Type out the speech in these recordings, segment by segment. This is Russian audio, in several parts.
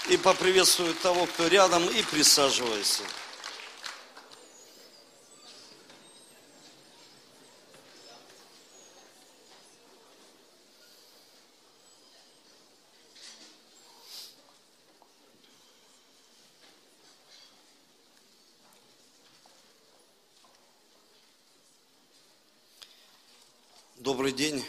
и поприветствовать того, кто рядом, и присаживайся. Добрый день.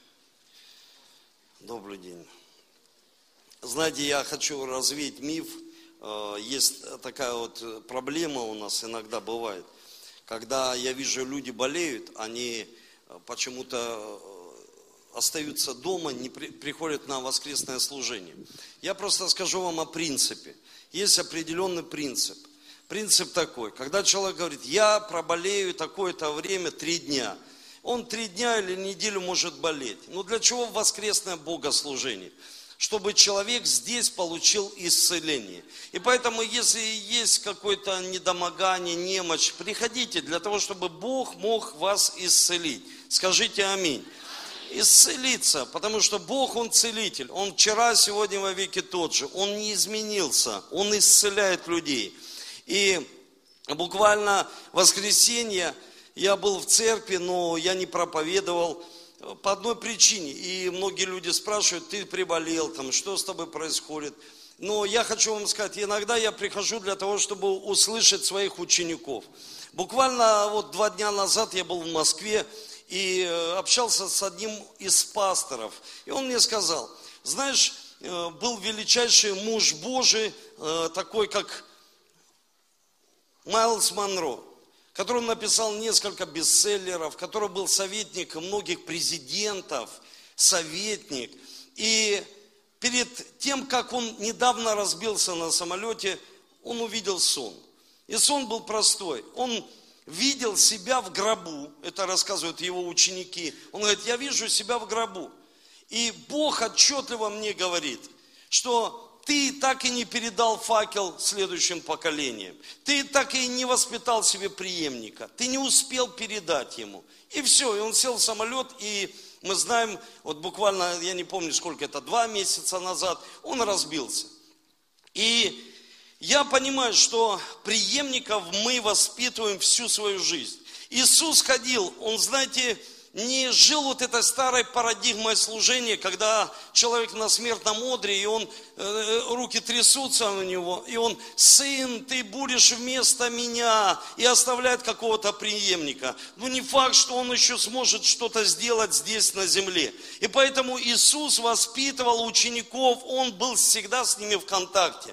Добрый день. Знаете, я хочу развеять миф. Есть такая вот проблема у нас иногда бывает. Когда я вижу, люди болеют, они почему-то остаются дома, не приходят на воскресное служение. Я просто скажу вам о принципе. Есть определенный принцип. Принцип такой. Когда человек говорит, я проболею такое-то время, 3 дня. Он 3 дня или неделю может болеть. Но для чего воскресное богослужение? Чтобы человек здесь получил исцеление. И поэтому, если есть какое-то недомогание, немощь, приходите для того, чтобы Бог мог вас исцелить. Скажите аминь. Исцелиться, потому что Бог, Он целитель. Он вчера, сегодня, во веки тот же. Он не изменился. Он исцеляет людей. И буквально в воскресенье я был в церкви, но я не проповедовал по одной причине. И многие люди спрашивают, ты приболел, там, что с тобой происходит. Но я хочу вам сказать, иногда я прихожу для того, чтобы услышать своих учеников. Буквально вот 2 дня назад я был в Москве и общался с одним из пасторов. И он мне сказал, знаешь, был величайший муж Божий, такой как Майлз Монро, который написал несколько бестселлеров, который был советником многих президентов, советник. И перед тем, как он недавно разбился на самолете, он увидел сон. И сон был простой. Он видел себя в гробу, это рассказывают его ученики. Он говорит, я вижу себя в гробу. И Бог отчетливо мне говорит, что ты так и не передал факел следующим поколениям. Ты так и не воспитал себе преемника. Ты не успел передать ему. И все, и он сел в самолет, и мы знаем, вот буквально, я не помню, сколько это, 2 месяца назад, он разбился. И я понимаю, что преемников мы воспитываем всю свою жизнь. Иисус ходил, он, знаете, не жил вот этой старой парадигмой служения, когда человек на смертном одре, и он, руки трясутся у него, и он, сын, ты будешь вместо меня, и оставляет какого-то преемника. Ну не факт, что он еще сможет что-то сделать здесь на земле. И поэтому Иисус воспитывал учеников, он был всегда с ними в контакте.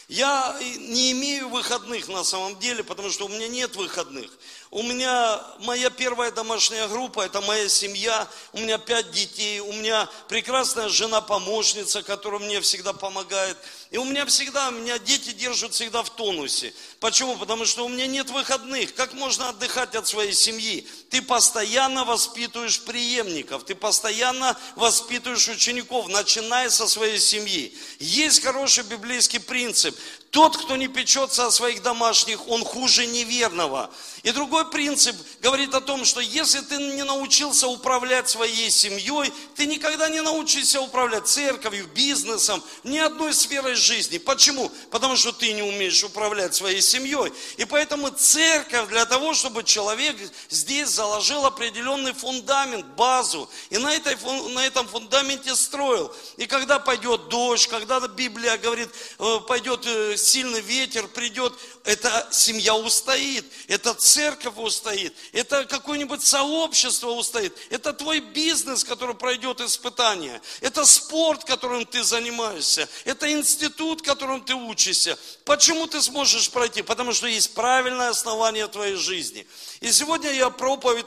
Я не имею выходных на самом деле, потому что у меня нет выходных. У меня моя первая домашняя группа, это моя семья, у меня 5 детей, у меня прекрасная жена-помощница, которая мне всегда помогает. И у меня дети держат всегда в тонусе. Почему? Потому что у меня нет выходных. Как можно отдыхать от своей семьи? Ты постоянно воспитываешь преемников, ты постоянно воспитываешь учеников, начиная со своей семьи. Есть хороший библейский принцип. Тот, кто не печется о своих домашних, он хуже неверного. И другой принцип говорит о том, что если ты не научился управлять своей семьей, ты никогда не научишься управлять церковью, бизнесом, ни одной сферой жизни. Почему? Потому что ты не умеешь управлять своей семьей. И поэтому церковь для того, чтобы человек здесь заложил определенный фундамент, базу, и на этом фундаменте строил. И когда пойдет дождь, когда Библия говорит, пойдет сильный ветер, придет, эта семья устоит, эта церковь устоит, это какое-нибудь сообщество устоит, это твой бизнес, который пройдет испытания, это спорт, которым ты занимаешься, это институт, которым ты учишься. Почему ты сможешь пройти? Потому что есть правильное основание твоей жизни. И сегодня я проповедь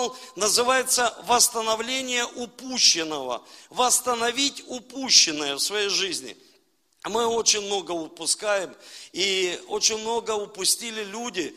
называется «Восстановление упущенного». Восстановить упущенное в своей жизни. Мы очень много упускаем, и очень много упустили люди,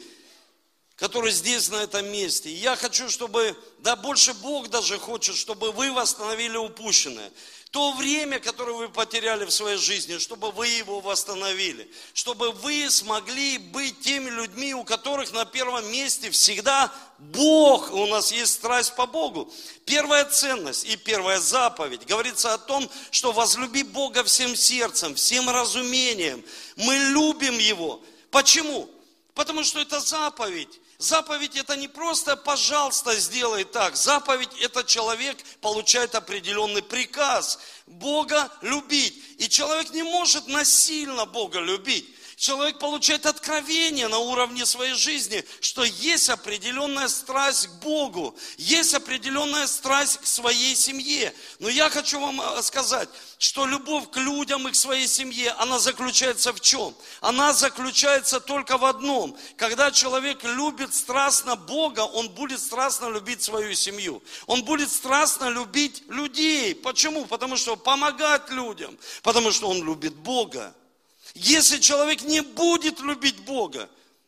которые здесь, на этом месте. И я хочу, чтобы, да больше Бог даже хочет, чтобы вы восстановили упущенное. То время, которое вы потеряли в своей жизни, чтобы вы его восстановили. Чтобы вы смогли быть теми людьми, у которых на первом месте всегда Бог. У нас есть страсть по Богу. Первая ценность и первая заповедь говорится о том, что возлюби Бога всем сердцем, всем разумением. Мы любим Его. Почему? Потому что это заповедь. Заповедь это не просто «пожалуйста, сделай так». Заповедь это человек получает определенный приказ Бога любить. И человек не может насильно Бога любить. Человек получает откровение на уровне своей жизни, что есть определенная страсть к Богу, есть определенная страсть к своей семье. Но я хочу вам сказать, что любовь к людям и к своей семье, она заключается в чем? Она заключается только в одном. Когда человек любит страстно Бога, он будет страстно любить свою семью. Он будет страстно любить людей. Почему? Потому что помогать людям, потому что он любит Бога. Если человек не будет любить Бога,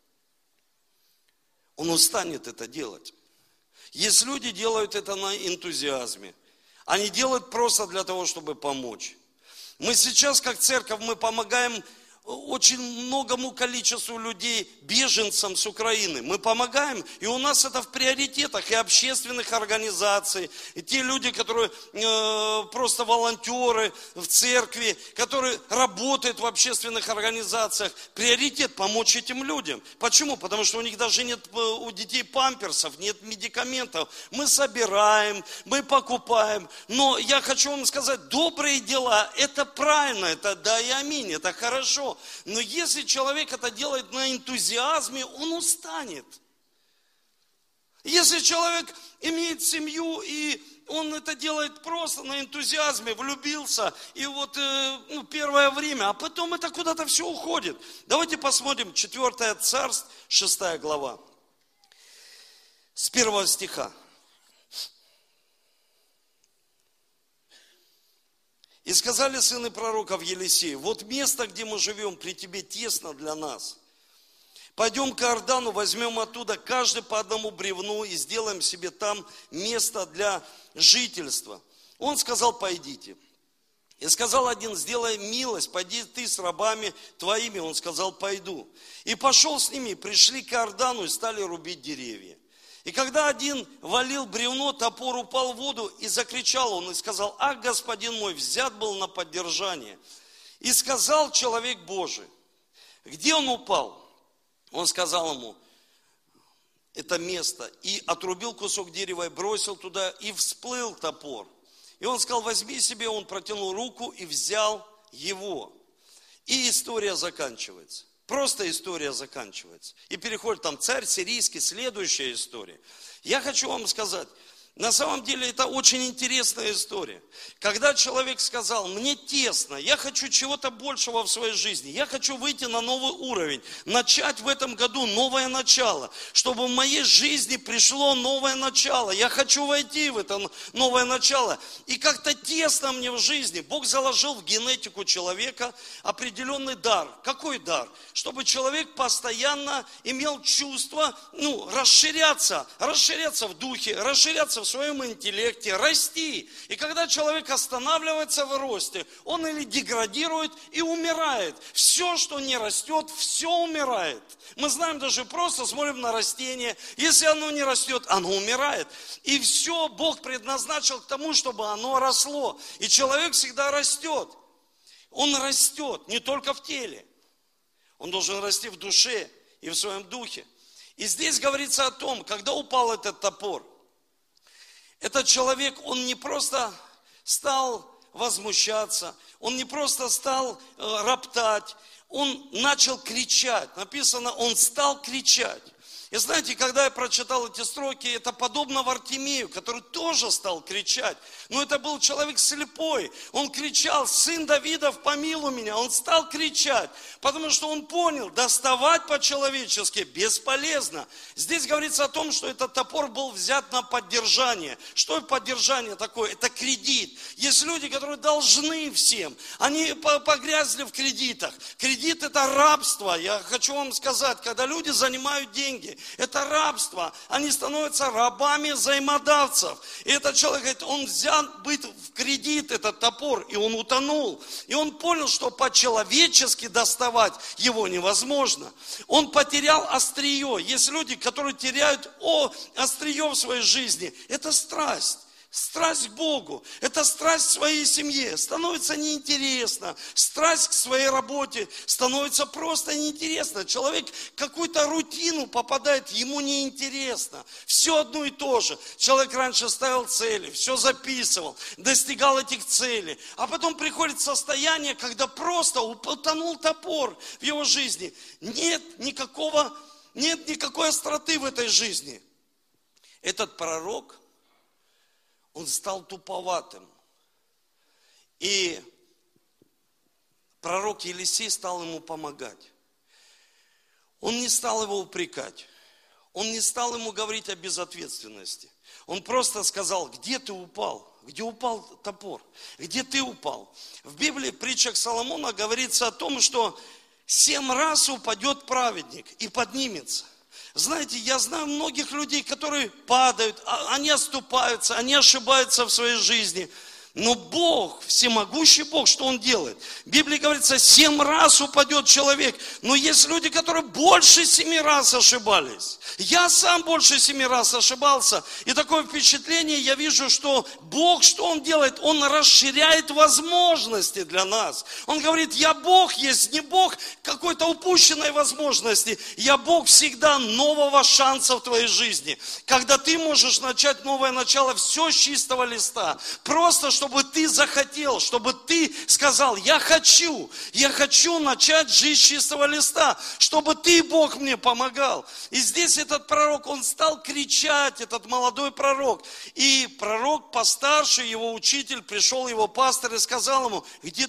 он устанет это делать. Есть люди, делают это на энтузиазме. Они делают просто для того, чтобы помочь. Мы сейчас, как церковь, мы помогаем очень многому количеству людей, беженцам с Украины. Мы помогаем, и у нас это в приоритетах и общественных организаций, и те люди, которые просто волонтеры в церкви, которые работают в общественных организациях. Приоритет помочь этим людям. Почему? Потому что у них даже нет у детей памперсов, нет медикаментов. Мы собираем, мы покупаем. Но я хочу вам сказать, добрые дела, это правильно, это да и аминь, это хорошо. Но если человек это делает на энтузиазме, он устанет. Если человек имеет семью, и он это делает просто на энтузиазме, влюбился, и вот первое время, а потом это куда-то все уходит. Давайте посмотрим 4 Царств, 6 глава, с 1 стиха. И сказали сыны пророков Елисею: вот место, где мы живем, при тебе тесно для нас. Пойдем к Иордану, возьмем оттуда каждый по одному бревну и сделаем себе там место для жительства. Он сказал: пойдите. И сказал один: сделай милость, пойди ты с рабами твоими. Он сказал: пойду. И пошел с ними, пришли к Иордану и стали рубить деревья. И когда один валил бревно, топор упал в воду, и закричал он, и сказал: ах, господин мой, взят был на поддержание. И сказал человек Божий: где он упал? Он сказал ему: это место. И отрубил кусок дерева, и бросил туда, и всплыл топор. И он сказал: возьми себе. Он протянул руку и взял его. И история заканчивается. Просто история заканчивается. И переходит там царь сирийский, следующая история. Я хочу вам сказать, на самом деле это очень интересная история. Когда человек сказал: мне тесно, я хочу чего-то большего в своей жизни, я хочу выйти на новый уровень, начать в этом году новое начало, чтобы в моей жизни пришло новое начало, я хочу войти в это новое начало. И как-то тесно мне в жизни. Бог заложил в генетику человека определенный дар. Какой дар? Чтобы человек постоянно имел чувство, расширяться в духе, расширяться в своем интеллекте, расти. И когда человек останавливается в росте, он или деградирует и умирает. Все, что не растет, все умирает. Мы знаем, даже просто смотрим на растение. Если оно не растет, оно умирает. И все Бог предназначил к тому, чтобы оно росло. И человек всегда растет. Он растет не только в теле. Он должен расти в душе и в своем духе. И здесь говорится о том, когда упал этот топор, этот человек, он не просто стал возмущаться, он не просто стал роптать, он начал кричать. Написано, он стал кричать. И знаете, когда я прочитал эти строки, это подобно Вартимею, который тоже стал кричать. Но это был человек слепой. Он кричал: сын Давидов, помилуй меня. Он стал кричать, потому что он понял, доставать по-человечески бесполезно. Здесь говорится о том, что этот топор был взят на поддержание. Что это поддержание такое? Это кредит. Есть люди, которые должны всем. Они погрязли в кредитах. Кредит – это рабство. Я хочу вам сказать, когда люди занимают деньги, Это рабство. Они становятся рабами взаимодавцев. И этот человек говорит, он взял быть в кредит, этот топор, и он утонул. И он понял, что по-человечески доставать его невозможно. Он потерял острие. Есть люди, которые теряют острие в своей жизни. Это страсть. Страсть к Богу, это страсть к своей семье, становится неинтересно. Страсть к своей работе становится просто неинтересно. Человек в какую-то рутину попадает, ему неинтересно. Все одно и то же. Человек раньше ставил цели, все записывал, достигал этих целей. А потом приходит состояние, когда просто утонул топор в его жизни. Нет никакой остроты в этой жизни. Этот пророк, он стал туповатым. И пророк Елисей стал ему помогать. Он не стал его упрекать. Он не стал ему говорить о безответственности. Он просто сказал, где ты упал? Где упал топор? Где ты упал? В Библии, в притчах Соломона говорится о том, что 7 раз упадет праведник и поднимется. Знаете, я знаю многих людей, которые падают, они оступаются, они ошибаются в своей жизни. Но Бог, всемогущий Бог, что Он делает? В Библии говорится, 7 раз упадет человек. Но есть люди, которые больше 7 раз ошибались. Я сам больше 7 раз ошибался. И такое впечатление, я вижу, что Бог, что Он делает? Он расширяет возможности для нас. Он говорит, я Бог есть, не Бог какой-то упущенной возможности. Я Бог всегда нового шанса в твоей жизни. Когда ты можешь начать новое начало, все с чистого листа. Просто, чтобы ты захотел, чтобы ты сказал, я хочу начать жизнь с чистого листа, чтобы ты, Бог, мне помогал. И здесь этот пророк, он стал кричать, этот молодой пророк. И пророк постарше, его учитель, пришел, его пастор и сказал ему, где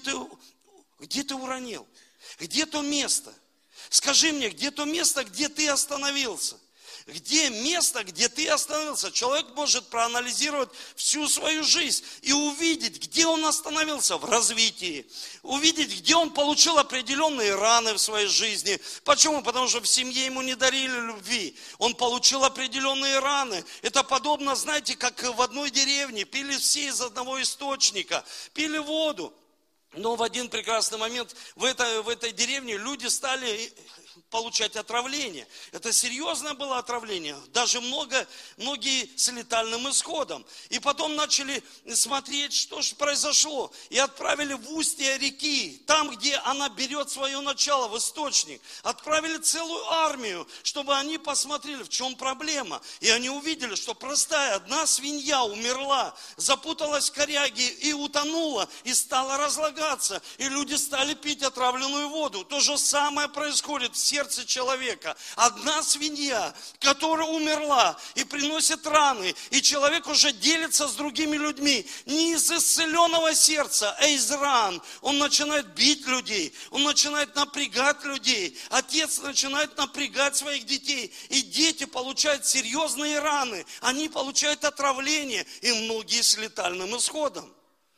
ты уронил? Где то место? Скажи мне, где то место, где ты остановился? Где место, где ты остановился? Человек может проанализировать всю свою жизнь и увидеть, где он остановился в развитии. Увидеть, где он получил определенные раны в своей жизни. Почему? Потому что в семье ему не дарили любви. Он получил определенные раны. Это подобно, знаете, как в одной деревне. Пили все из одного источника. Пили воду. Но в один прекрасный момент в этой деревне люди стали получать отравление. Это серьезное было отравление. Даже многие с летальным исходом. И потом начали смотреть, что же произошло. И отправили в устье реки, там, где она берет свое начало, в источник. Отправили целую армию, чтобы они посмотрели, в чем проблема. И они увидели, что простая одна свинья умерла, запуталась в коряге и утонула, и стала разлагаться. И люди стали пить отравленную воду. То же самое происходит в сердце человека. Одна свинья, которая умерла и приносит раны, и человек уже делится с другими людьми. Не из исцеленного сердца, а из ран. Он начинает бить людей, он начинает напрягать людей. Отец начинает напрягать своих детей. И дети получают серьезные раны. Они получают отравление, и многие с летальным исходом.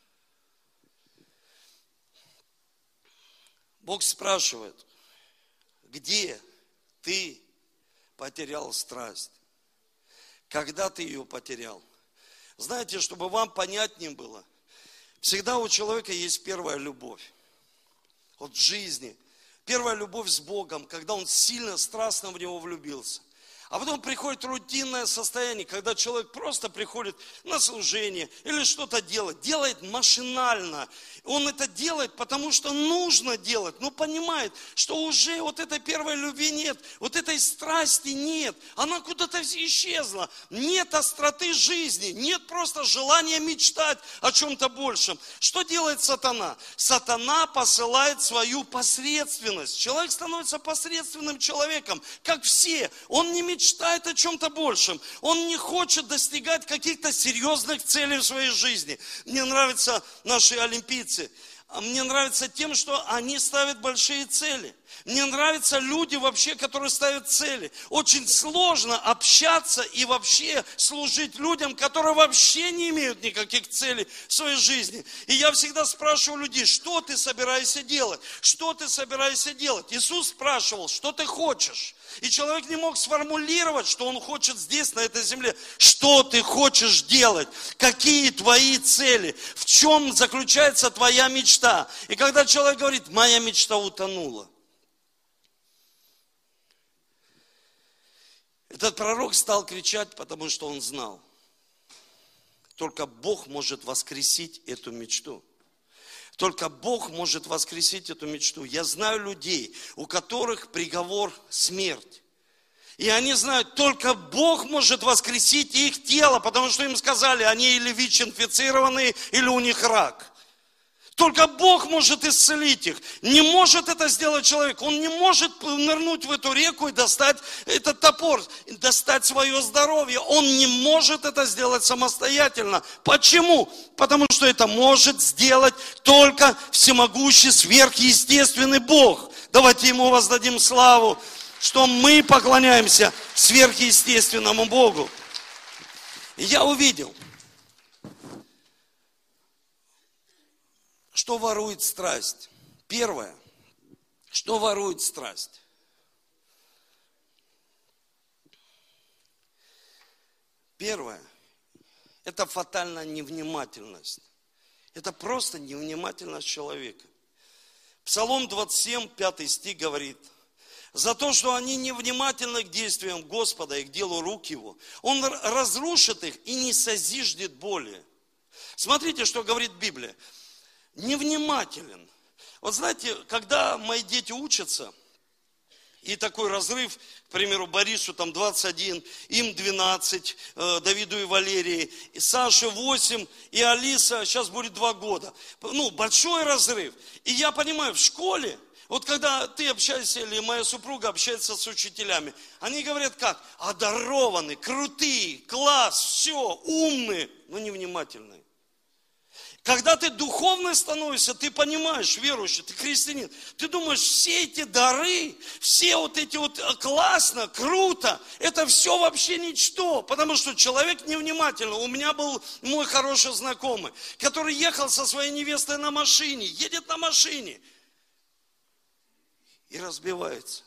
Бог спрашивает, где ты потерял страсть? Когда ты ее потерял? Знаете, чтобы вам понятнее было, всегда у человека есть первая любовь. Вот в жизни. Первая любовь с Богом, когда он сильно, страстно в Него влюбился. А потом приходит рутинное состояние, когда человек просто приходит на служение или что-то делает машинально. Он это делает, потому что нужно делать, но понимает, что уже вот этой первой любви нет, вот этой страсти нет, она куда-то исчезла. Нет остроты жизни, нет просто желания мечтать о чем-то большем. Что делает сатана? Сатана посылает свою посредственность. Человек становится посредственным человеком, как все. Он не мечтает о чем-то большем. Он не хочет достигать каких-то серьезных целей в своей жизни. Мне нравятся наши олимпийцы. мне нравится тем, что они ставят большие цели. Мне нравятся люди вообще, которые ставят цели. Очень сложно общаться и вообще служить людям, которые вообще не имеют никаких целей в своей жизни. И я всегда спрашиваю людей, что ты собираешься делать? Что ты собираешься делать? Иисус спрашивал, что ты хочешь? И человек не мог сформулировать, что он хочет здесь, на этой земле. Что ты хочешь делать? Какие твои цели? В чем заключается твоя мечта? И когда человек говорит, моя мечта утонула. Этот пророк стал кричать, потому что он знал. Только Бог может воскресить эту мечту. Только Бог может воскресить эту мечту. Я знаю людей, у которых приговор смерть. И они знают, только Бог может воскресить их тело, потому что им сказали, они или ВИЧ-инфицированные, или у них рак. Только Бог может исцелить их. Не может это сделать человек. Он не может нырнуть в эту реку и достать этот топор, достать свое здоровье. Он не может это сделать самостоятельно. Почему? Потому что это может сделать только всемогущий, сверхъестественный Бог. Давайте Ему воздадим славу, что мы поклоняемся сверхъестественному Богу. И я увидел, что ворует страсть? Первое, что ворует страсть? Первое, это фатальная невнимательность. Это просто невнимательность человека. Псалом 27, 5 стих говорит, за то, что они невнимательны к действиям Господа и к делу рук Его, Он разрушит их и не созиждет более. Смотрите, что говорит Библия. Невнимателен. Вот знаете, когда мои дети учатся, и такой разрыв, к примеру, Борису там 21, им 12, Давиду и Валерии, и Саше 8, и Алиса сейчас будет 2 года. Ну, большой разрыв. И я понимаю, в школе, вот когда ты общаешься, или моя супруга общается с учителями, они говорят как? Одарованные, крутые, класс, все, умные, но невнимательные. Когда ты духовный становишься, ты понимаешь, верующий, ты христианин, ты думаешь, все эти дары, все вот эти вот классно, круто, это все вообще ничто, потому что человек невнимательный. У меня был мой хороший знакомый, который ехал со своей невестой на машине, едет на машине и разбивается.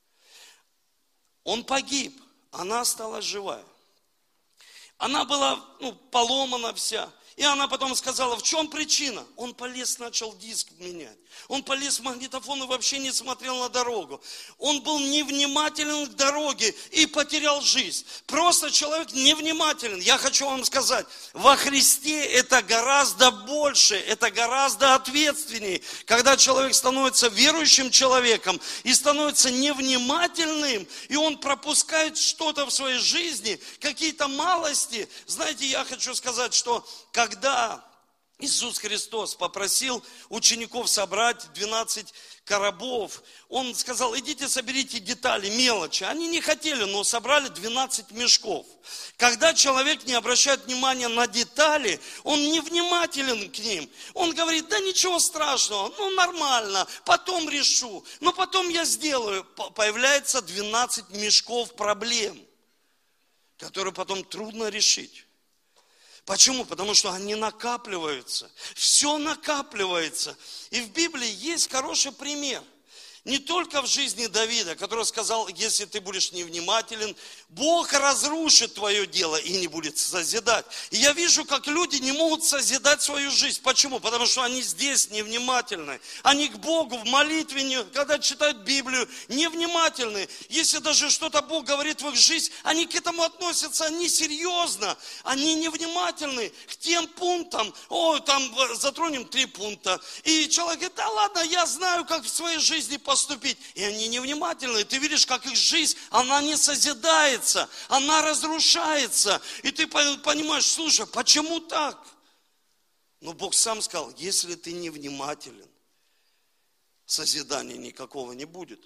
Он погиб, она осталась живая. Она была поломана вся. И она потом сказала, в чем причина? Он полез, начал диск менять. Он полез в магнитофон и вообще не смотрел на дорогу. Он был невнимателен к дороге и потерял жизнь. Просто человек невнимателен. Я хочу вам сказать, во Христе это гораздо больше, это гораздо ответственнее. Когда человек становится верующим человеком и становится невнимательным, и он пропускает что-то в своей жизни, какие-то малости. Знаете, я хочу сказать, что когда Иисус Христос попросил учеников собрать 12 коробов, Он сказал, идите соберите детали, мелочи. Они не хотели, но собрали 12 мешков. Когда человек не обращает внимания на детали, он невнимателен к ним. Он говорит, да ничего страшного, нормально, потом решу, но потом я сделаю. Появляется 12 мешков проблем, которые потом трудно решить. Почему? Потому что они накапливаются. Все накапливается. И в Библии есть хороший пример. Не только в жизни Давида, который сказал, если ты будешь невнимателен, Бог разрушит твое дело и не будет созидать. И я вижу, как люди не могут созидать свою жизнь. Почему? Потому что они здесь невнимательны. Они к Богу в молитве, когда читают Библию, невнимательны. Если даже что-то Бог говорит в их жизнь, они к этому относятся несерьезно. Они невнимательны к тем пунктам. Там затронем 3 пункта. И человек говорит, да ладно, я знаю, как в своей жизни поступить. И они невнимательны. Ты видишь, как их жизнь, она не созидается, она разрушается. И ты понимаешь, слушай, почему так? Но Бог сам сказал, если ты невнимателен, созидания никакого не будет.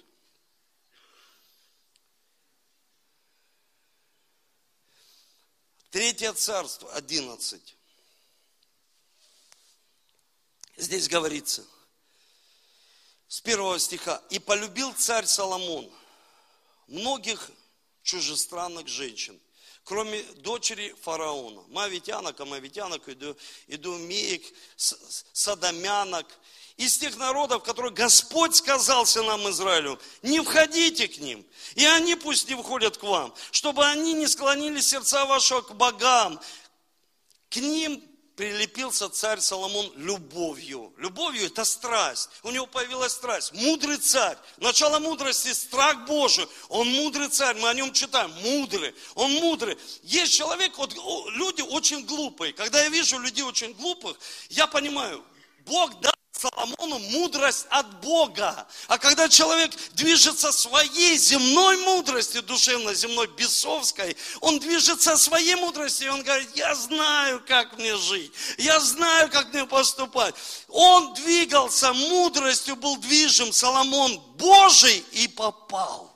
Третье царство, 11. Здесь говорится, с 1 стиха. «И полюбил царь Соломон многих чужестранных женщин, кроме дочери фараона, моавитянок, идумеек, содомянок, из тех народов, которых Господь сказался нам, Израилю, не входите к ним, и они пусть не входят к вам, чтобы они не склонили сердца вашего к богам». К ним прилепился царь Соломон любовью. Любовью – это страсть. У него появилась страсть. Мудрый царь. Начало мудрости – страх Божий. Он мудрый царь, мы о нем читаем. Мудрый. Он мудрый. Есть человек, вот, люди очень глупые. Когда я вижу людей очень глупых, я понимаю, Бог дал Соломону мудрость от Бога. А когда человек движется своей земной мудростью, душевной, земной, бесовской, он движется своей мудростью, и он говорит, я знаю, как мне жить, я знаю, как мне поступать. Он двигался мудростью, был движим, Соломон Божий, и попал.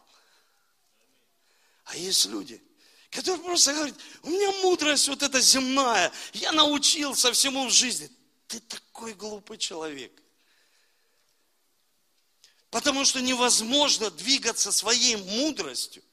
А есть люди, которые просто говорят, у меня мудрость вот эта земная, я научился всему в жизни. Ты такой глупый человек. Потому что невозможно двигаться своей мудростью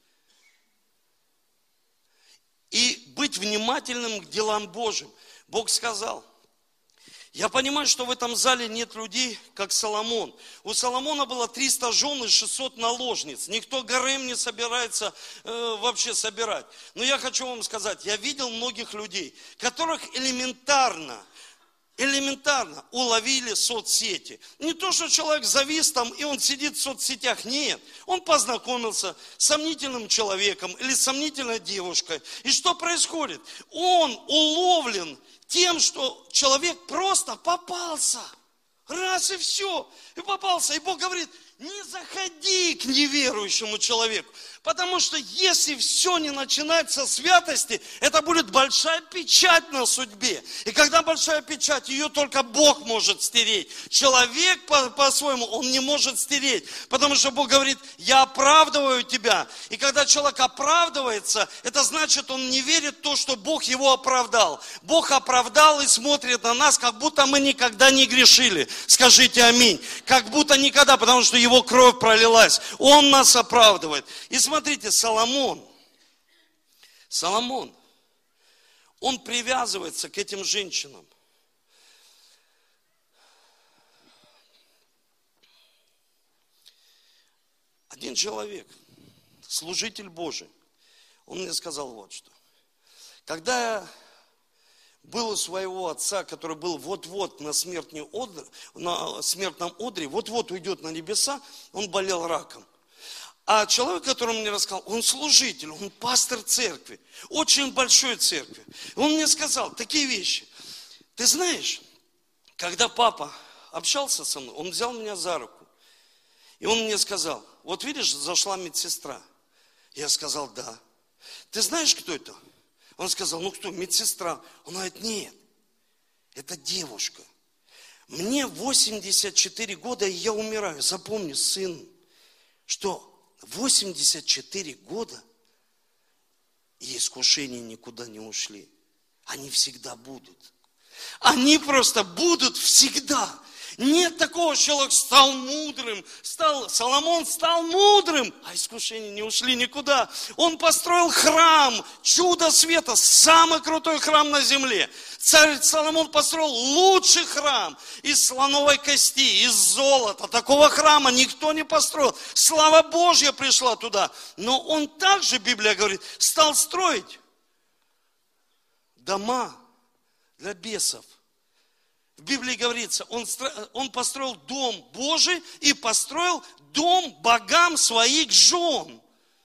и быть внимательным к делам Божьим. Бог сказал, я понимаю, что в этом зале нет людей, как Соломон. У Соломона было 300 жен и 600 наложниц. Никто гарем не собирается вообще собирать. Но я хочу вам сказать, я видел многих людей, которых элементарно уловили соцсети. Не то, что человек завис там, и он сидит в соцсетях. Нет, он познакомился с сомнительным человеком или с сомнительной девушкой. И что происходит? Он уловлен тем, что человек просто попался. Раз и все. И попался. И Бог говорит, не заходи к неверующему человеку. Потому что если все не начинать со святости, это будет большая печать на судьбе. И когда большая печать, ее только Бог может стереть. Человек по-своему, он не может стереть. Потому что Бог говорит, я оправдываю тебя. И когда человек оправдывается, это значит, он не верит в то, что Бог его оправдал. Бог оправдал и смотрит на нас, как будто мы никогда не грешили. Скажите аминь. Как будто никогда, потому что его кровь пролилась. Он нас оправдывает. И смотрите, Соломон, он привязывается к этим женщинам. Один человек, служитель Божий, он мне сказал вот что. Когда я был у своего отца, который был вот-вот на смертном одре, вот-вот уйдет на небеса, он болел раком. А человек, который мне рассказал, он служитель, он пастор церкви, очень большой церкви. Он мне сказал такие вещи. Ты знаешь, когда папа общался со мной, он взял меня за руку. И он мне сказал, вот видишь, зашла медсестра. Я сказал, да. Ты знаешь, кто это? Он сказал, ну кто, медсестра? Он говорит, нет, это девушка. Мне 84 года, и я умираю. Запомни, сын, что 84 года, и искушения никуда не ушли. Они всегда будут. Они просто будут всегда. Нет такого, что человек стал мудрым, Соломон стал мудрым, а искушения не ушли никуда. Он построил храм, чудо света, самый крутой храм на земле. Царь Соломон построил лучший храм из слоновой кости, из золота. Такого храма никто не построил. Слава Божья пришла туда. Но он также, Библия говорит, стал строить дома для бесов. В Библии говорится, он построил дом Божий и построил дом богам своих жен.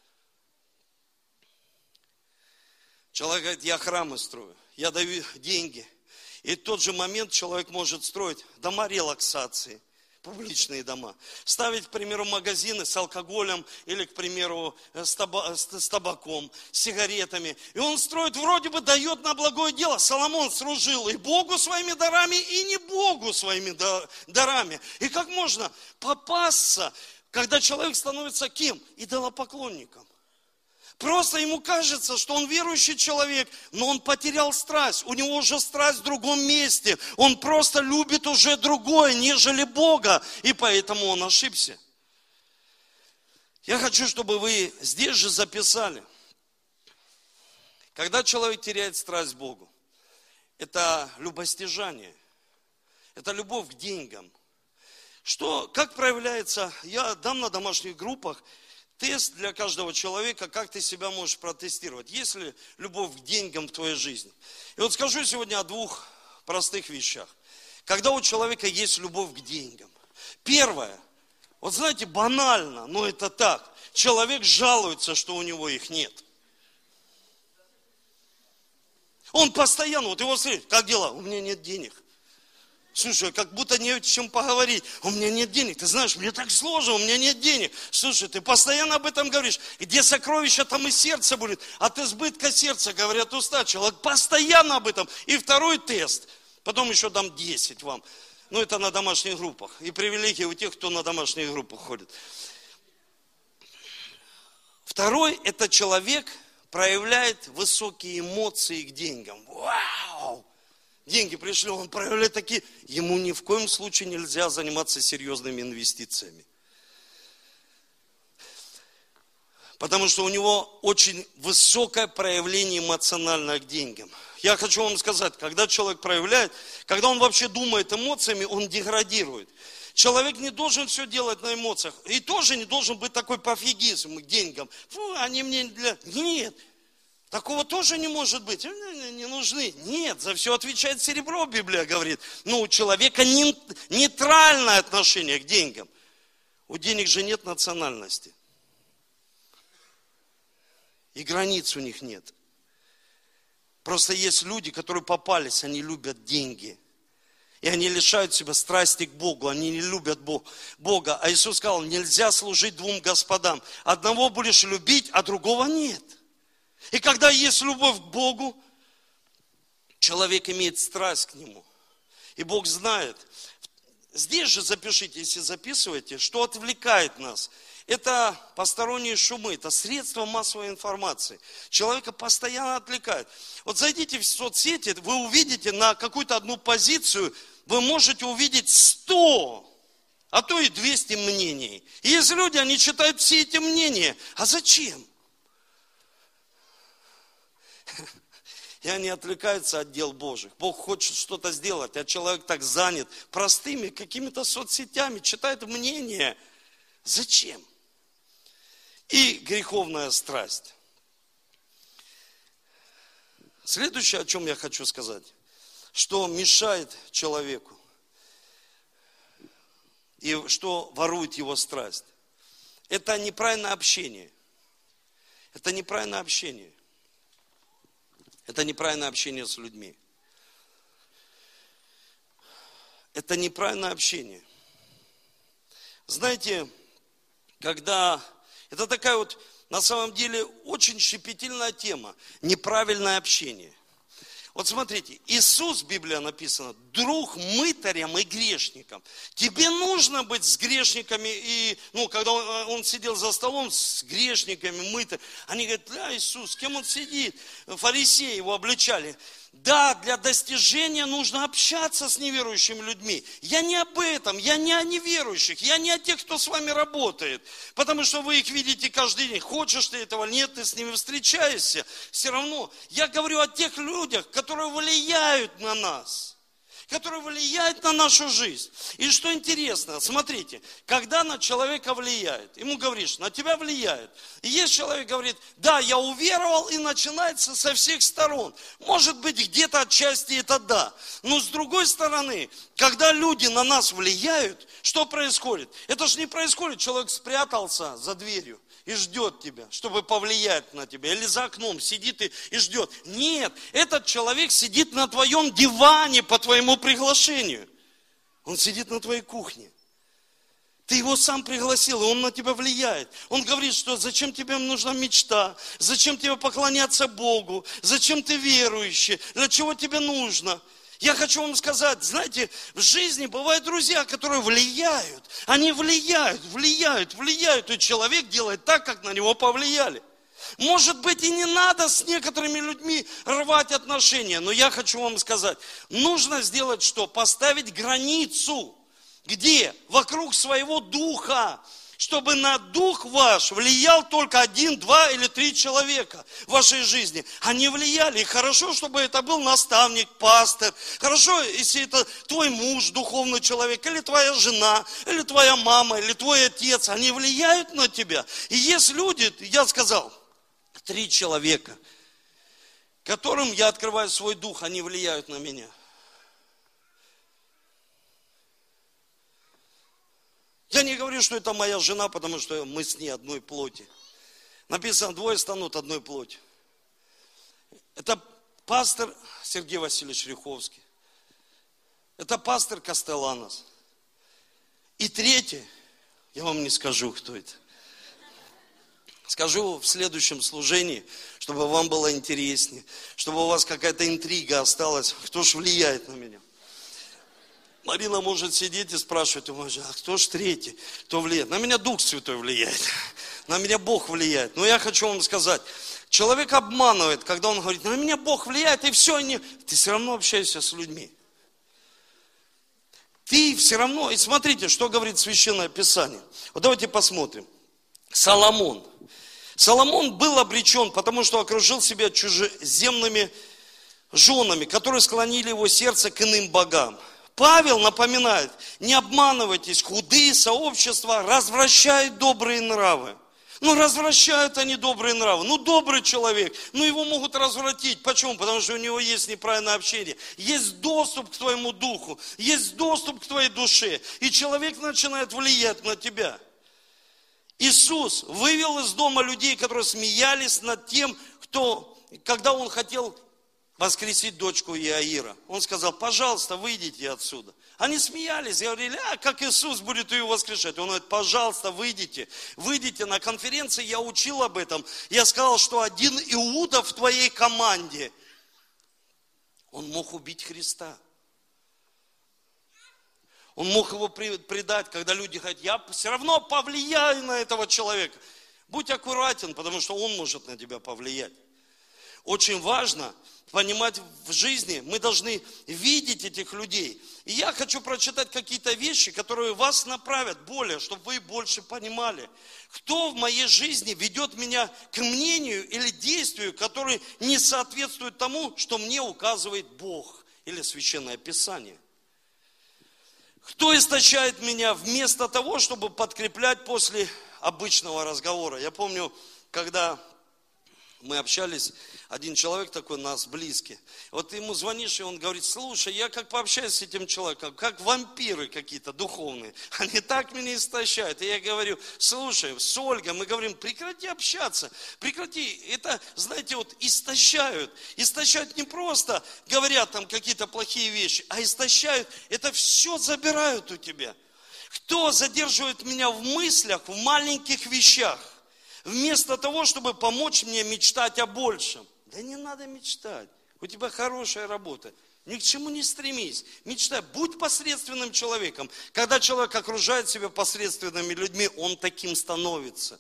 Человек говорит, я храмы строю, я даю деньги. И в тот же момент человек может строить дома релаксации, публичные дома. Ставить, к примеру, магазины с алкоголем или, к примеру, с табаком, с сигаретами. И он строит, вроде бы дает на благое дело. Соломон служил и Богу своими дарами, и не Богу своими дарами. И как можно попасться, когда человек становится кем? Идолопоклонником. Просто ему кажется, что он верующий человек, но он потерял страсть. У него уже страсть в другом месте. Он просто любит уже другое, нежели Бога. И поэтому он ошибся. Я хочу, чтобы вы здесь же записали. Когда человек теряет страсть к Богу, это любостяжание. Это любовь к деньгам. Как проявляется, я дам на домашних группах тест для каждого человека, как ты себя можешь протестировать. Есть ли любовь к деньгам в твоей жизни? И вот скажу сегодня о двух простых вещах. Когда у человека есть любовь к деньгам. Первое, вот знаете, банально, но это так. Человек жалуется, что у него их нет. Он постоянно, вот его смотрит, как дела? У меня нет денег. Слушай, как будто не о чем поговорить. У меня нет денег. Ты знаешь, мне так сложно, у меня нет денег. Слушай, ты постоянно об этом говоришь. Где сокровища, там и сердце будет. От избытка сердца, говорят уста. Человек постоянно об этом. И второй тест. Потом еще дам 10 вам. Ну, это на домашних группах. И привилегии у тех, кто на домашних группах ходит. Второй, это человек проявляет высокие эмоции к деньгам. Вау! Деньги пришли, он проявляет такие. Ему ни в коем случае нельзя заниматься серьезными инвестициями. Потому что у него очень высокое проявление эмоциональное к деньгам. Я хочу вам сказать, когда человек проявляет, когда он вообще думает эмоциями, он деградирует. Человек не должен все делать на эмоциях. И тоже не должен быть такой пофигизм к деньгам. Фу, они мне для... Нет. Такого тоже не может быть. Не нужны. Нет, за все отвечает серебро, Библия говорит. Но у человека нейтральное отношение к деньгам. У денег же нет национальности. И границ у них нет. Просто есть люди, которые попались, они любят деньги. И они лишают себя страсти к Богу. Они не любят Бога. А Иисус сказал, нельзя служить двум господам. Одного будешь любить, а другого нет. И когда есть любовь к Богу, человек имеет страсть к Нему. И Бог знает. Здесь же запишите, если записываете, что отвлекает нас. Это посторонние шумы, это средства массовой информации. Человека постоянно отвлекает. Вот зайдите в соцсети, вы увидите на какую-то одну позицию, вы можете увидеть 100, а то и 200 мнений. И есть люди, они читают все эти мнения. А зачем? И они отвлекаются от дел Божьих. Бог хочет что-то сделать, а человек так занят простыми какими-то соцсетями, читает мнения. Зачем? И греховная страсть. Следующее, о чем я хочу сказать, что мешает человеку и что ворует его страсть. Это неправильное общение. Это неправильное общение. Это неправильное общение с людьми. Это неправильное общение. Знаете, когда... Это такая вот, на самом деле, очень щепетильная тема. Неправильное общение. Вот смотрите, Иисус, в Библии написано, друг мытарям и грешникам. Тебе нужно быть с грешниками, и, когда он сидел за столом с грешниками, мытарь, они говорят, да, Иисус, с кем он сидит? Фарисеи его обличали. Да, для достижения нужно общаться с неверующими людьми. Я не об этом, я не о неверующих, я не о тех, кто с вами работает. Потому что вы их видите каждый день. Хочешь ты этого, нет, ты с ними встречаешься. Все равно я говорю о тех людях, которые влияют на нас. Которые влияют на нашу жизнь. И что интересно, смотрите, когда на человека влияет, ему говоришь, на тебя влияет. И есть человек, говорит, да, я уверовал, и начинается со всех сторон. Может быть, где-то отчасти это да. Но с другой стороны, когда люди на нас влияют, что происходит? Это же не происходит, человек спрятался за дверью и ждет тебя, чтобы повлиять на тебя. Или за окном сидит и ждет. Нет, этот человек сидит на твоем диване по твоему приглашению. Он сидит на твоей кухне. Ты его сам пригласил, и он на тебя влияет. Он говорит, что зачем тебе нужна мечта, зачем тебе поклоняться Богу, зачем ты верующий, для чего тебе нужно. Я хочу вам сказать, знаете, в жизни бывают друзья, которые влияют. Они влияют, и человек делает так, как на него повлияли. Может быть, и не надо с некоторыми людьми рвать отношения. Но я хочу вам сказать, нужно сделать что? Поставить границу. Где? Вокруг своего духа. Чтобы на дух ваш влиял только 1, 2 или 3 человека в вашей жизни. Они влияли. И хорошо, чтобы это был наставник, пастор. Хорошо, если это твой муж, духовный человек, или твоя жена, или твоя мама, или твой отец. Они влияют на тебя. И есть люди, я сказал, 3 человека, которым я открываю свой дух, они влияют на меня. Я не говорю, что это моя жена, потому что мы с ней одной плоти. Написано, 2 станут одной плоти. Это пастор Сергей Васильевич Риховский. Это пастор Кастеланос. И 3, я вам не скажу, кто это. Скажу в следующем служении, чтобы вам было интереснее, чтобы у вас какая-то интрига осталась, кто ж влияет на меня. Марина может сидеть и спрашивать, а кто ж 3, кто влияет? На меня Дух Святой влияет, на меня Бог влияет. Но я хочу вам сказать, человек обманывает, когда он говорит, на меня Бог влияет, и все, ты все равно общаешься с людьми. Ты все равно, и смотрите, что говорит Священное Писание. Вот давайте посмотрим. Соломон был обречен, потому что окружил себя чужеземными женами, которые склонили его сердце к иным богам. Павел напоминает, не обманывайтесь, худые сообщества развращают добрые нравы. Развращают они добрые нравы. Добрый человек, его могут развратить. Почему? Потому что у него есть неправильное общение. Есть доступ к твоему духу, есть доступ к твоей душе. И человек начинает влиять на тебя. Иисус вывел из дома людей, которые смеялись над тем, когда он хотел воскресить дочку Иаира. Он сказал, пожалуйста, выйдите отсюда. Они смеялись, говорили, как Иисус будет ее воскрешать. Он говорит, пожалуйста, выйдите. Выйдите. На конференции я учил об этом. Я сказал, что один Иуда в твоей команде, он мог убить Христа. Он мог его предать, когда люди говорят, я все равно повлияю на этого человека. Будь аккуратен, потому что он может на тебя повлиять. Очень важно понимать в жизни, мы должны видеть этих людей. И я хочу прочитать какие-то вещи, которые вас направят более, чтобы вы больше понимали, кто в моей жизни ведет меня к мнению или действию, которое не соответствует тому, что мне указывает Бог или Священное Писание. Кто истощает меня вместо того, чтобы подкреплять после обычного разговора. Я помню, когда мы общались, один человек такой, нас близкий. Вот ему звонишь, и он говорит, слушай, я как пообщаюсь с этим человеком, как вампиры какие-то духовные. Они так меня истощают. И я говорю, слушай, с Ольгой, мы говорим, прекрати общаться, прекрати. Это, знаете, истощают. Истощают не просто, говорят там какие-то плохие вещи, а истощают, это все забирают у тебя. Кто задерживает меня в мыслях, в маленьких вещах? Вместо того, чтобы помочь мне мечтать о большем. Да не надо мечтать. У тебя хорошая работа. Ни к чему не стремись. Мечтай. Будь посредственным человеком. Когда человек окружает себя посредственными людьми, он таким становится.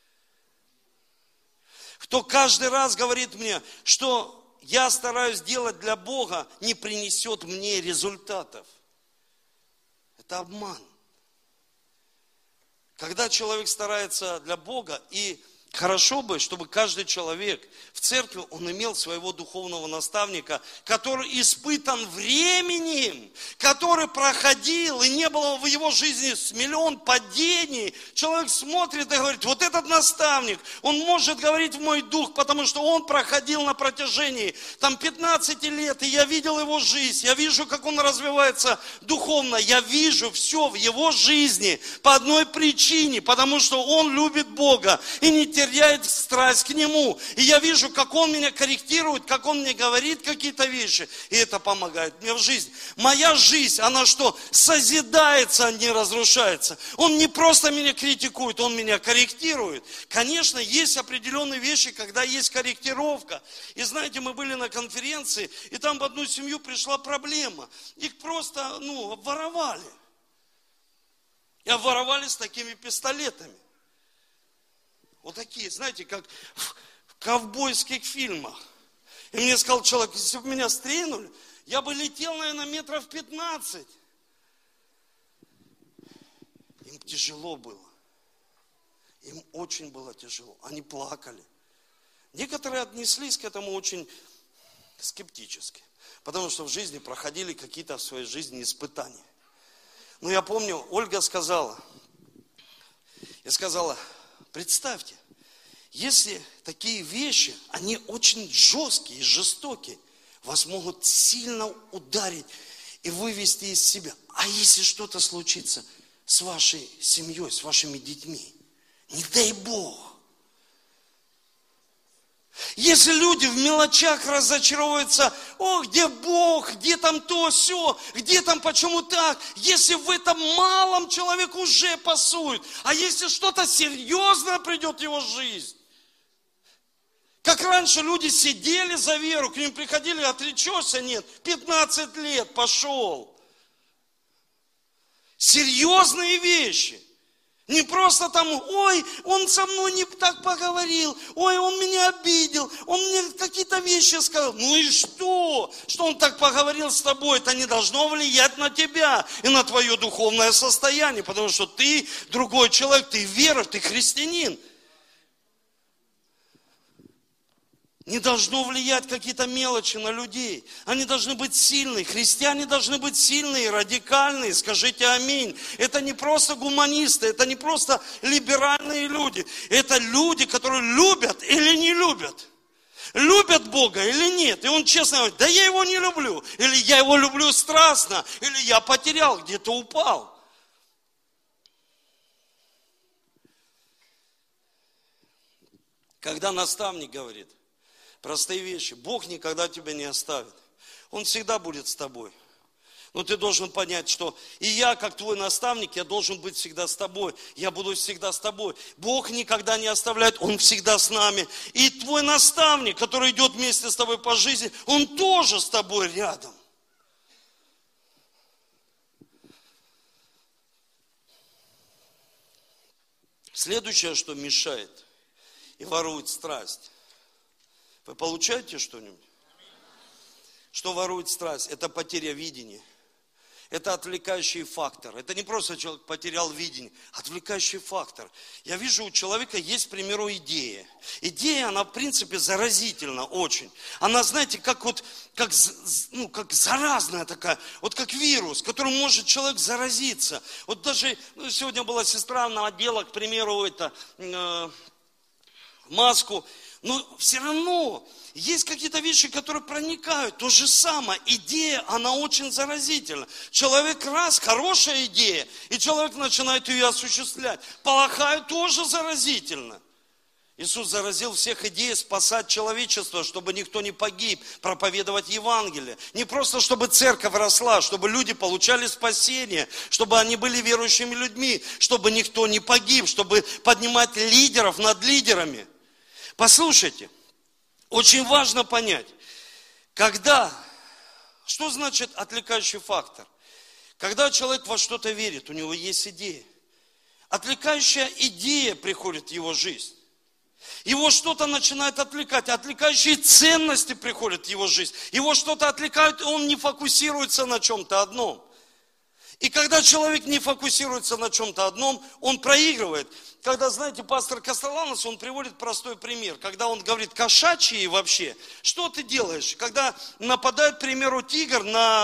Кто каждый раз говорит мне, что я стараюсь делать для Бога, не принесет мне результатов. Это обман. Когда человек старается для Бога, и хорошо бы, чтобы каждый человек в церкви, он имел своего духовного наставника, который испытан временем, который проходил, и не было в его жизни с миллион падений. Человек смотрит и говорит, вот этот наставник, он может говорить в мой дух, потому что он проходил на протяжении 15 лет, и я видел его жизнь, я вижу, как он развивается духовно, я вижу все в его жизни по одной причине, потому что он любит Бога и не теряет страсть к Нему. И я вижу, как Он меня корректирует, как Он мне говорит какие-то вещи. И это помогает мне в жизни. Моя жизнь, она что? Созидается, а не разрушается. Он не просто меня критикует, Он меня корректирует. Конечно, есть определенные вещи, когда есть корректировка. И знаете, мы были на конференции, и там в одну семью пришла проблема. Их просто, обворовали. И обворовали с такими пистолетами. Вот такие, знаете, как ковбойских фильмах. И мне сказал человек, если бы меня стрельнули, я бы летел, наверное, метров 15. Им тяжело было. Им очень было тяжело. Они плакали. Некоторые отнеслись к этому очень скептически. Потому что в жизни проходили какие-то в своей жизни испытания. Но я помню, Ольга сказала, представьте, если такие вещи, они очень жесткие, жестокие, вас могут сильно ударить и вывести из себя. А если что-то случится с вашей семьей, с вашими детьми, не дай Бог. Если люди в мелочах разочаровываются, где Бог, где там то, сё, где там, почему так, если в этом малом человек уже пасует, а если что-то серьезное придет в его жизнь, как раньше люди сидели за веру, к ним приходили, отречешься, нет, 15 лет пошел. Серьезные вещи. Не просто там, он со мной не так поговорил, он меня обидел, он мне какие-то вещи сказал. Ну и что? Что он так поговорил с тобой, это не должно влиять на тебя и на твое духовное состояние, потому что ты другой человек, ты веруешь, ты христианин. Не должно влиять какие-то мелочи на людей. Они должны быть сильные. Христиане должны быть сильные, радикальные. Скажите аминь. Это не просто гуманисты, это не просто либеральные люди. Это люди, которые любят или не любят. Любят Бога или нет. И он честно говорит, да я его не люблю. Или я его люблю страстно. Или я потерял, где-то упал. Когда наставник говорит, простые вещи. Бог никогда тебя не оставит. Он всегда будет с тобой. Но ты должен понять, что и я, как твой наставник, я должен быть всегда с тобой. Я буду всегда с тобой. Бог никогда не оставляет, Он всегда с нами. И твой наставник, который идет вместе с тобой по жизни, он тоже с тобой рядом. Следующее, что мешает и ворует страсть. Вы получаете что-нибудь? Что ворует страсть? Это потеря видения. Это отвлекающий фактор. Это не просто человек потерял видение. Отвлекающий фактор. Я вижу, у человека есть, к примеру, идея. Идея, она, в принципе, заразительна очень. Она, знаете, как заразная такая, вот как вирус, которым может человек заразиться. Вот даже сегодня была сестра, она одела, к примеру, маску. Но все равно есть какие-то вещи, которые проникают. То же самое. Идея, она очень заразительна. Человек хорошая идея, и человек начинает ее осуществлять. Плохая тоже заразительна. Иисус заразил всех идеей спасать человечество, чтобы никто не погиб, проповедовать Евангелие. Не просто, чтобы церковь росла, чтобы люди получали спасение, чтобы они были верующими людьми, чтобы никто не погиб, чтобы поднимать лидеров над лидерами. Послушайте, очень важно понять, что значит отвлекающий фактор? Когда человек во что-то верит, у него есть идея. Отвлекающая идея приходит в его жизнь. Его что-то начинает отвлекать, отвлекающие ценности приходят в его жизнь. Его что-то отвлекает, и он не фокусируется на чем-то одном. И когда человек не фокусируется на чем-то одном, он проигрывает. Когда, знаете, пастор Костоланос, он приводит простой пример. Когда он говорит, кошачьи вообще, что ты делаешь? Когда нападает, к примеру, тигр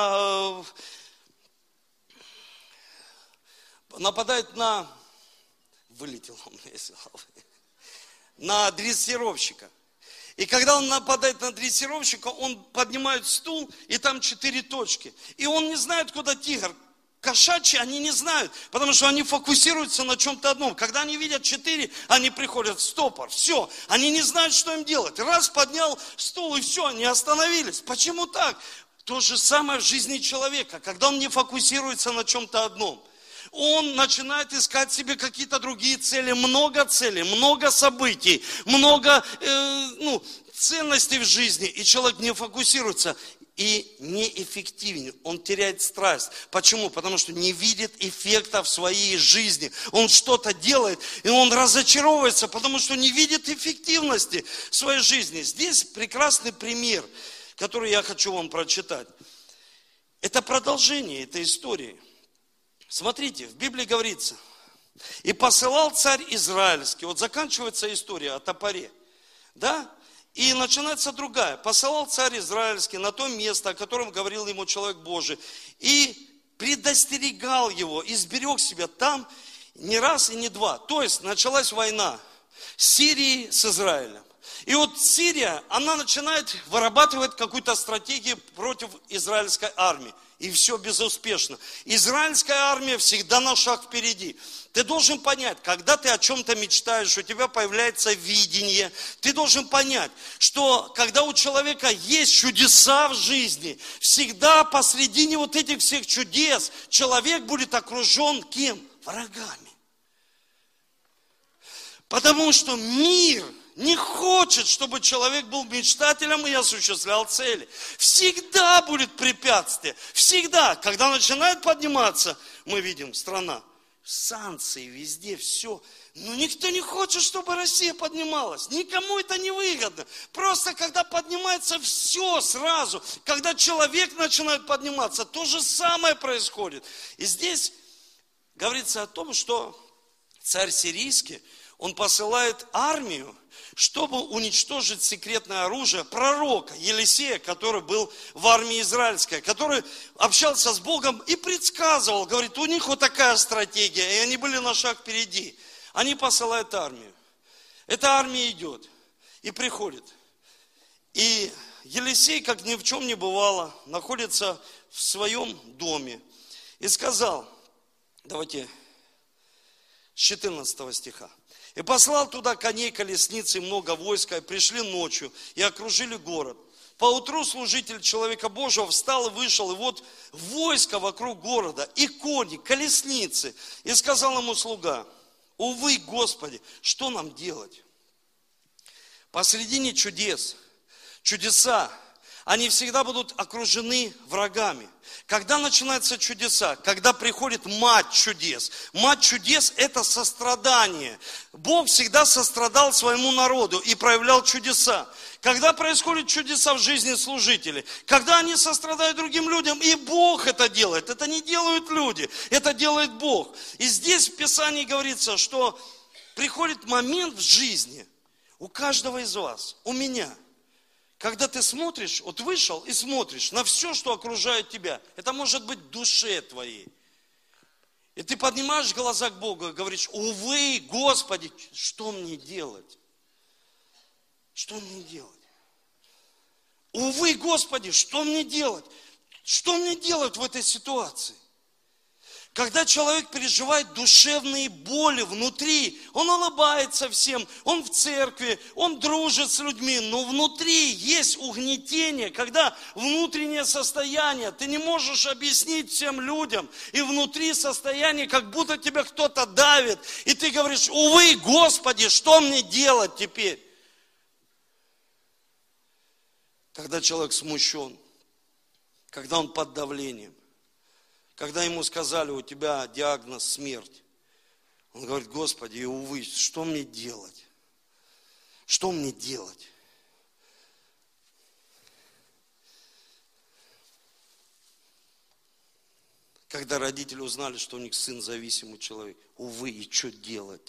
на дрессировщика. И когда он нападает на дрессировщика, он поднимает стул, и там 4 точки. И он не знает, куда тигр. Кошачьи, они не знают, потому что они фокусируются на чем-то одном. Когда они видят 4, они приходят в стопор. Все, они не знают, что им делать. Раз поднял стул, и все, они остановились. Почему так? То же самое в жизни человека. Когда он не фокусируется на чем-то одном, он начинает искать себе какие-то другие цели, много событий, много ценностей в жизни, и человек не фокусируется. и неэффективен. Он теряет страсть. Почему? Потому что не видит эффекта в своей жизни. Он что-то делает, и он разочаровывается, потому что не видит эффективности в своей жизни. Здесь прекрасный пример, который я хочу вам прочитать. Это продолжение этой истории. Смотрите, в Библии говорится: «И посылал царь израильский». Вот заканчивается история о топоре. Да? И начинается другая. «Посылал царь израильский на то место, о котором говорил ему человек Божий, и предостерегал его, и сберег себя там не раз и не два». То есть началась война Сирии с Израилем. И вот Сирия, она начинает вырабатывать какую-то стратегию против израильской армии. И все безуспешно. Израильская армия всегда на шаг впереди. Ты должен понять, когда ты о чем-то мечтаешь, у тебя появляется видение, ты должен понять, что когда у человека есть чудеса в жизни, всегда посредине вот этих всех чудес человек будет окружен кем? Врагами. Потому что мир не хочет, чтобы человек был мечтателем и осуществлял цели. Всегда будет препятствие. Всегда. Когда начинает подниматься, мы видим, страна, санкции везде, все. Но никто не хочет, чтобы Россия поднималась. Никому это не выгодно. Просто когда поднимается все сразу, когда человек начинает подниматься, то же самое происходит. И здесь говорится о том, что царь сирийский, он посылает армию, чтобы уничтожить секретное оружие пророка Елисея, который был в армии израильской, который общался с Богом и предсказывал, говорит, у них вот такая стратегия, и они были на шаг впереди. Они посылают армию. Эта армия идет и приходит. И Елисей, как ни в чем не бывало, находится в своем доме. И сказал, давайте с 14 стиха. «И послал туда коней, колесниц и много войска, и пришли ночью, и окружили город. Поутру служитель человека Божьего встал и вышел, и вот войско вокруг города, и кони, колесницы. И сказал ему слуга, увы, Господи, что нам делать?» Посредине чудес, чудеса, они всегда будут окружены врагами. Когда начинаются чудеса? Когда приходит мать чудес. Мать чудес – это сострадание. Бог всегда сострадал своему народу и проявлял чудеса. Когда происходят чудеса в жизни служителей, когда они сострадают другим людям, и Бог это делает. Это не делают люди, это делает Бог. И здесь в Писании говорится, что приходит момент в жизни у каждого из вас, у меня – когда ты смотришь, вот вышел и смотришь на все, что окружает тебя, это может быть в душе твоей. И ты поднимаешь глаза к Богу и говоришь, увы, Господи, что мне делать? Что мне делать? Увы, Господи, что мне делать? Что мне делать в этой ситуации? Когда человек переживает душевные боли внутри, он улыбается всем, он в церкви, он дружит с людьми, но внутри есть угнетение, когда внутреннее состояние, ты не можешь объяснить всем людям, и внутри состояние, как будто тебя кто-то давит, и ты говоришь, увы, Господи, что мне делать теперь? Когда человек смущен, когда он под давлением. Когда ему сказали, у тебя диагноз смерть, он говорит, Господи, увы, что мне делать? Что мне делать? Когда родители узнали, что у них сын зависимый человек, увы, и что делать?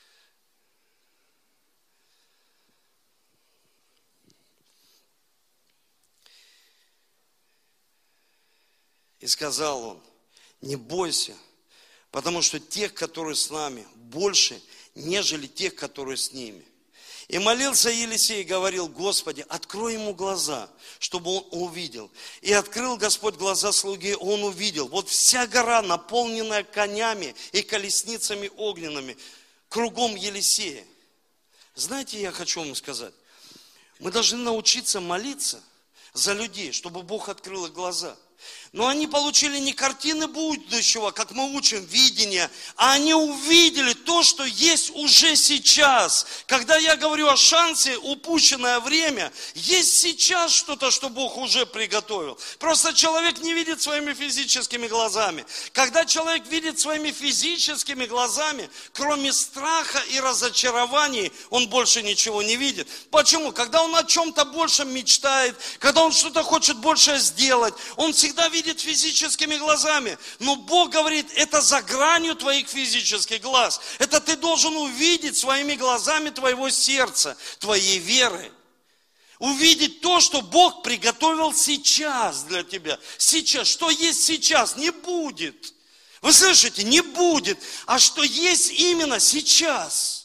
И сказал он, не бойся, потому что тех, которые с нами, больше, нежели тех, которые с ними. И молился Елисей и говорил, Господи, открой ему глаза, чтобы он увидел. И открыл Господь глаза слуги, он увидел. Вот вся гора, наполненная конями и колесницами огненными, кругом Елисея. Знаете, я хочу вам сказать, мы должны научиться молиться за людей, чтобы Бог открыл их глаза. Но они получили не картины будущего, как мы учим, видение, а они увидели то, что есть уже сейчас. Когда я говорю о шансе, упущенное время, есть сейчас что-то, что Бог уже приготовил. Просто человек не видит своими физическими глазами. Когда человек видит своими физическими глазами, кроме страха и разочарований, он больше ничего не видит. Почему? Когда он о чем-то больше мечтает, когда он что-то хочет больше сделать, он всегда видит физическими глазами. Но Бог говорит, это за гранью твоих физических глаз. Это ты должен увидеть своими глазами твоего сердца, твоей веры. Увидеть то, что Бог приготовил сейчас для тебя. Сейчас. Что есть сейчас, не будет. Вы слышите, не будет. А что есть именно сейчас.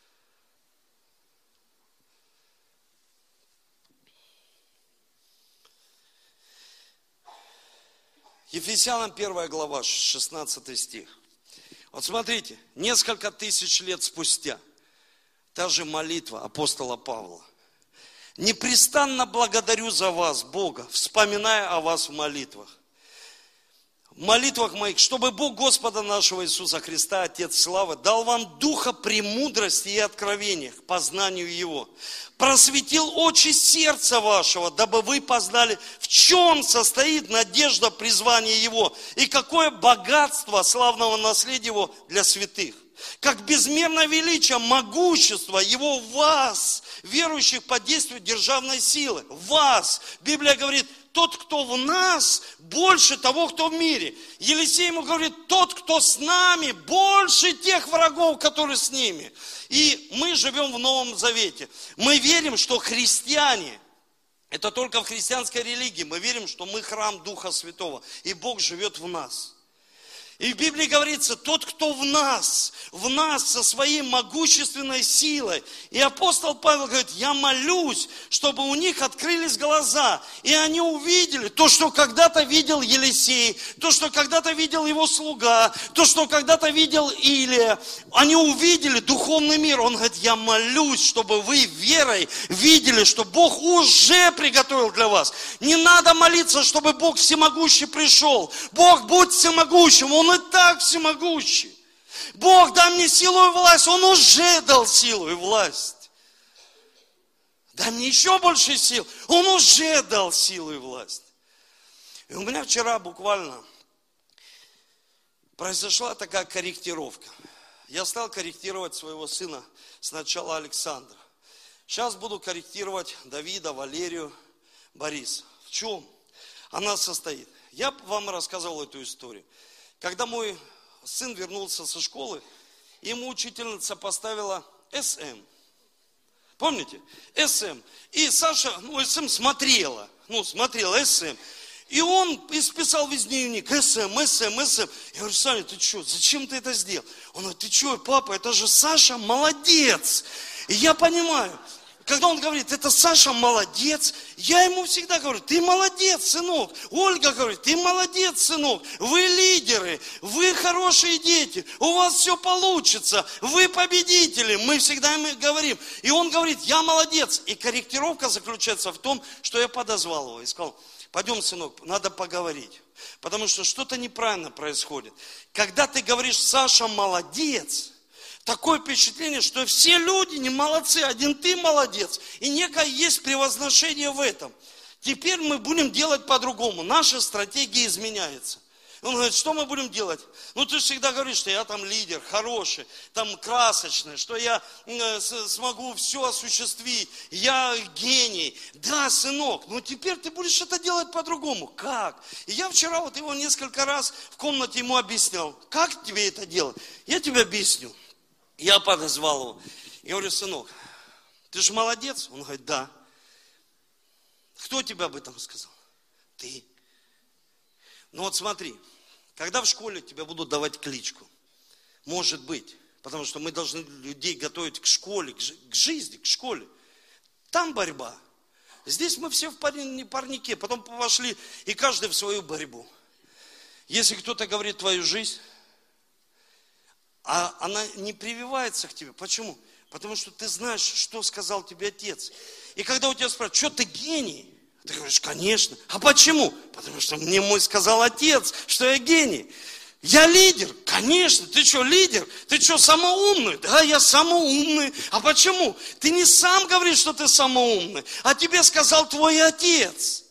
Ефесянам 1 глава, 16 стих. Вот смотрите, несколько тысяч лет спустя, та же молитва апостола Павла. Непрестанно благодарю за вас, Бога, вспоминая о вас в молитвах. В молитвах моих, чтобы Бог Господа нашего Иисуса Христа, Отец славы, дал вам духа премудрости и откровения к познанию Его. Просветил очи сердца вашего, дабы вы познали, в чем состоит надежда призвания Его и какое богатство славного наследия Его для святых. Как безмерно величие, могущество Его в вас, верующих по действию державной силы. В вас. Библия говорит, тот, кто в нас, больше того, кто в мире. Елисей ему говорит, тот, кто с нами, больше тех врагов, которые с ними. И мы живем в Новом Завете. Мы верим, что христиане, это только в христианской религии, мы верим, что мы храм Духа Святого, и Бог живет в нас. И в Библии говорится, тот, кто в нас со своей могущественной силой. И апостол Павел говорит, я молюсь, чтобы у них открылись глаза, и они увидели то, что когда-то видел Елисей, то, что когда-то видел его слуга, то, что когда-то видел Илия. Они увидели духовный мир. Он говорит, я молюсь, чтобы вы верой видели, что Бог уже приготовил для вас. Не надо молиться, чтобы Бог всемогущий пришел. Бог, будь всемогущим, Он и так всемогущий. Бог, дай мне силу и власть. Он уже дал силу и власть. Дай мне еще больше сил. Он уже дал силу и власть. И у меня вчера буквально произошла такая корректировка. Я стал корректировать своего сына, сначала Александра. Сейчас буду корректировать Давида, Валерию, Бориса. В чем она состоит? Я вам рассказывал эту историю. Когда мой сын вернулся со школы, ему учительница поставила СМ. Помните? СМ. И Саша, СМ смотрела СМ. И он исписал весь дневник СМ. Я говорю, Саня, ты что, зачем ты это сделал? Он говорит, ты что, папа, это же Саша молодец. И я понимаю. Когда он говорит, это Саша молодец, я ему всегда говорю, ты молодец, сынок. Ольга говорит, ты молодец, сынок. Вы лидеры, вы хорошие дети, у вас все получится, вы победители. Мы всегда ему говорим. И он говорит, я молодец. И корректировка заключается в том, что я подозвал его и сказал, пойдем, сынок, надо поговорить. Потому что что-то неправильно происходит. Когда ты говоришь, Саша молодец, такое впечатление, что все люди не молодцы, один ты молодец. И некое есть превозношение в этом. Теперь мы будем делать по-другому. Наша стратегия изменяется. Он говорит, что мы будем делать? Ты всегда говоришь, что я там лидер, хороший, там красочный, что я смогу все осуществить, я гений. Да, сынок, но теперь ты будешь это делать по-другому. Как? И я вчера его несколько раз в комнате ему объяснял. Как тебе это делать? Я тебе объясню. Я подозвал его. Я говорю, сынок, ты же молодец? Он говорит, да. Кто тебе об этом сказал? Ты. Смотри, когда в школе тебе будут давать кличку, может быть, потому что мы должны людей готовить к школе, к жизни, к школе. Там борьба. Здесь мы все в парнике, потом пошли и каждый в свою борьбу. Если кто-то говорит твою жизнь, а она не прививается к тебе. Почему? Потому что ты знаешь, что сказал тебе отец. И когда у тебя спрашивают, что ты гений? Ты говоришь, конечно. А почему? Потому что мне мой сказал отец, что я гений. Я лидер? Конечно. Ты что, лидер? Ты что, самоумный? Да, я самоумный. А почему? Ты не сам говоришь, что ты самоумный, а тебе сказал твой отец.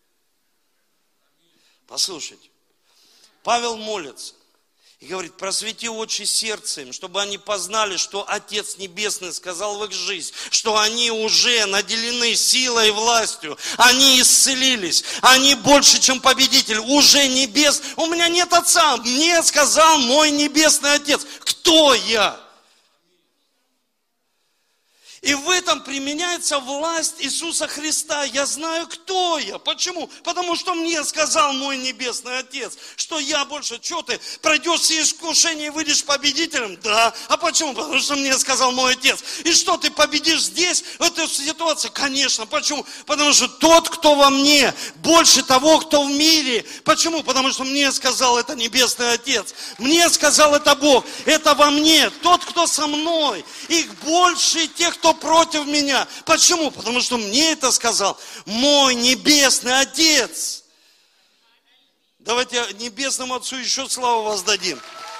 Послушайте, Павел молится и говорит, просвети очи сердца им, чтобы они познали, что Отец Небесный сказал в их жизнь, что они уже наделены силой и властью, они исцелились, они больше, чем победитель, уже небес. У меня нет отца, мне сказал мой Небесный Отец. Кто я? И в этом применяется власть Иисуса Христа. Я знаю, кто я. Почему? Потому что мне сказал мой Небесный Отец, что я больше. Что ты, пройдешь все искушения и выйдешь победителем? Да. А почему? Потому что мне сказал мой Отец. И что, ты победишь здесь, в этой ситуации? Конечно. Почему? Потому что тот, кто во мне, больше того, кто в мире. Почему? Потому что мне сказал это Небесный Отец. Мне сказал это Бог. Это во мне. Тот, кто со мной. Их больше тех, кто против меня. Почему? Потому что мне это сказал мой Небесный Отец. Давайте Небесному Отцу еще славу воздадим.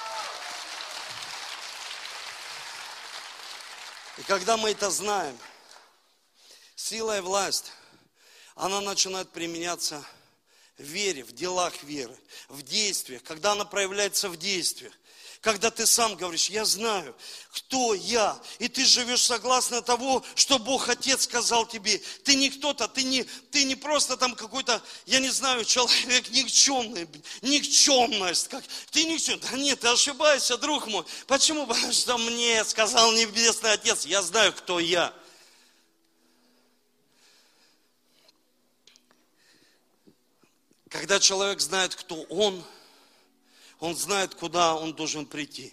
И когда мы это знаем, сила и власть, она начинает применяться в вере, в делах веры, в действиях, когда она проявляется в действиях. Когда ты сам говоришь, я знаю, кто я, и ты живешь согласно того, что Бог Отец сказал тебе. Ты не кто-то, ты не просто там какой-то, я не знаю, человек никчемный, никчемность. Ты никчемный. Да нет, ты ошибаешься, друг мой. Почему? Потому что мне сказал Небесный Отец, я знаю, кто я. Когда человек знает, кто он знает, куда он должен прийти.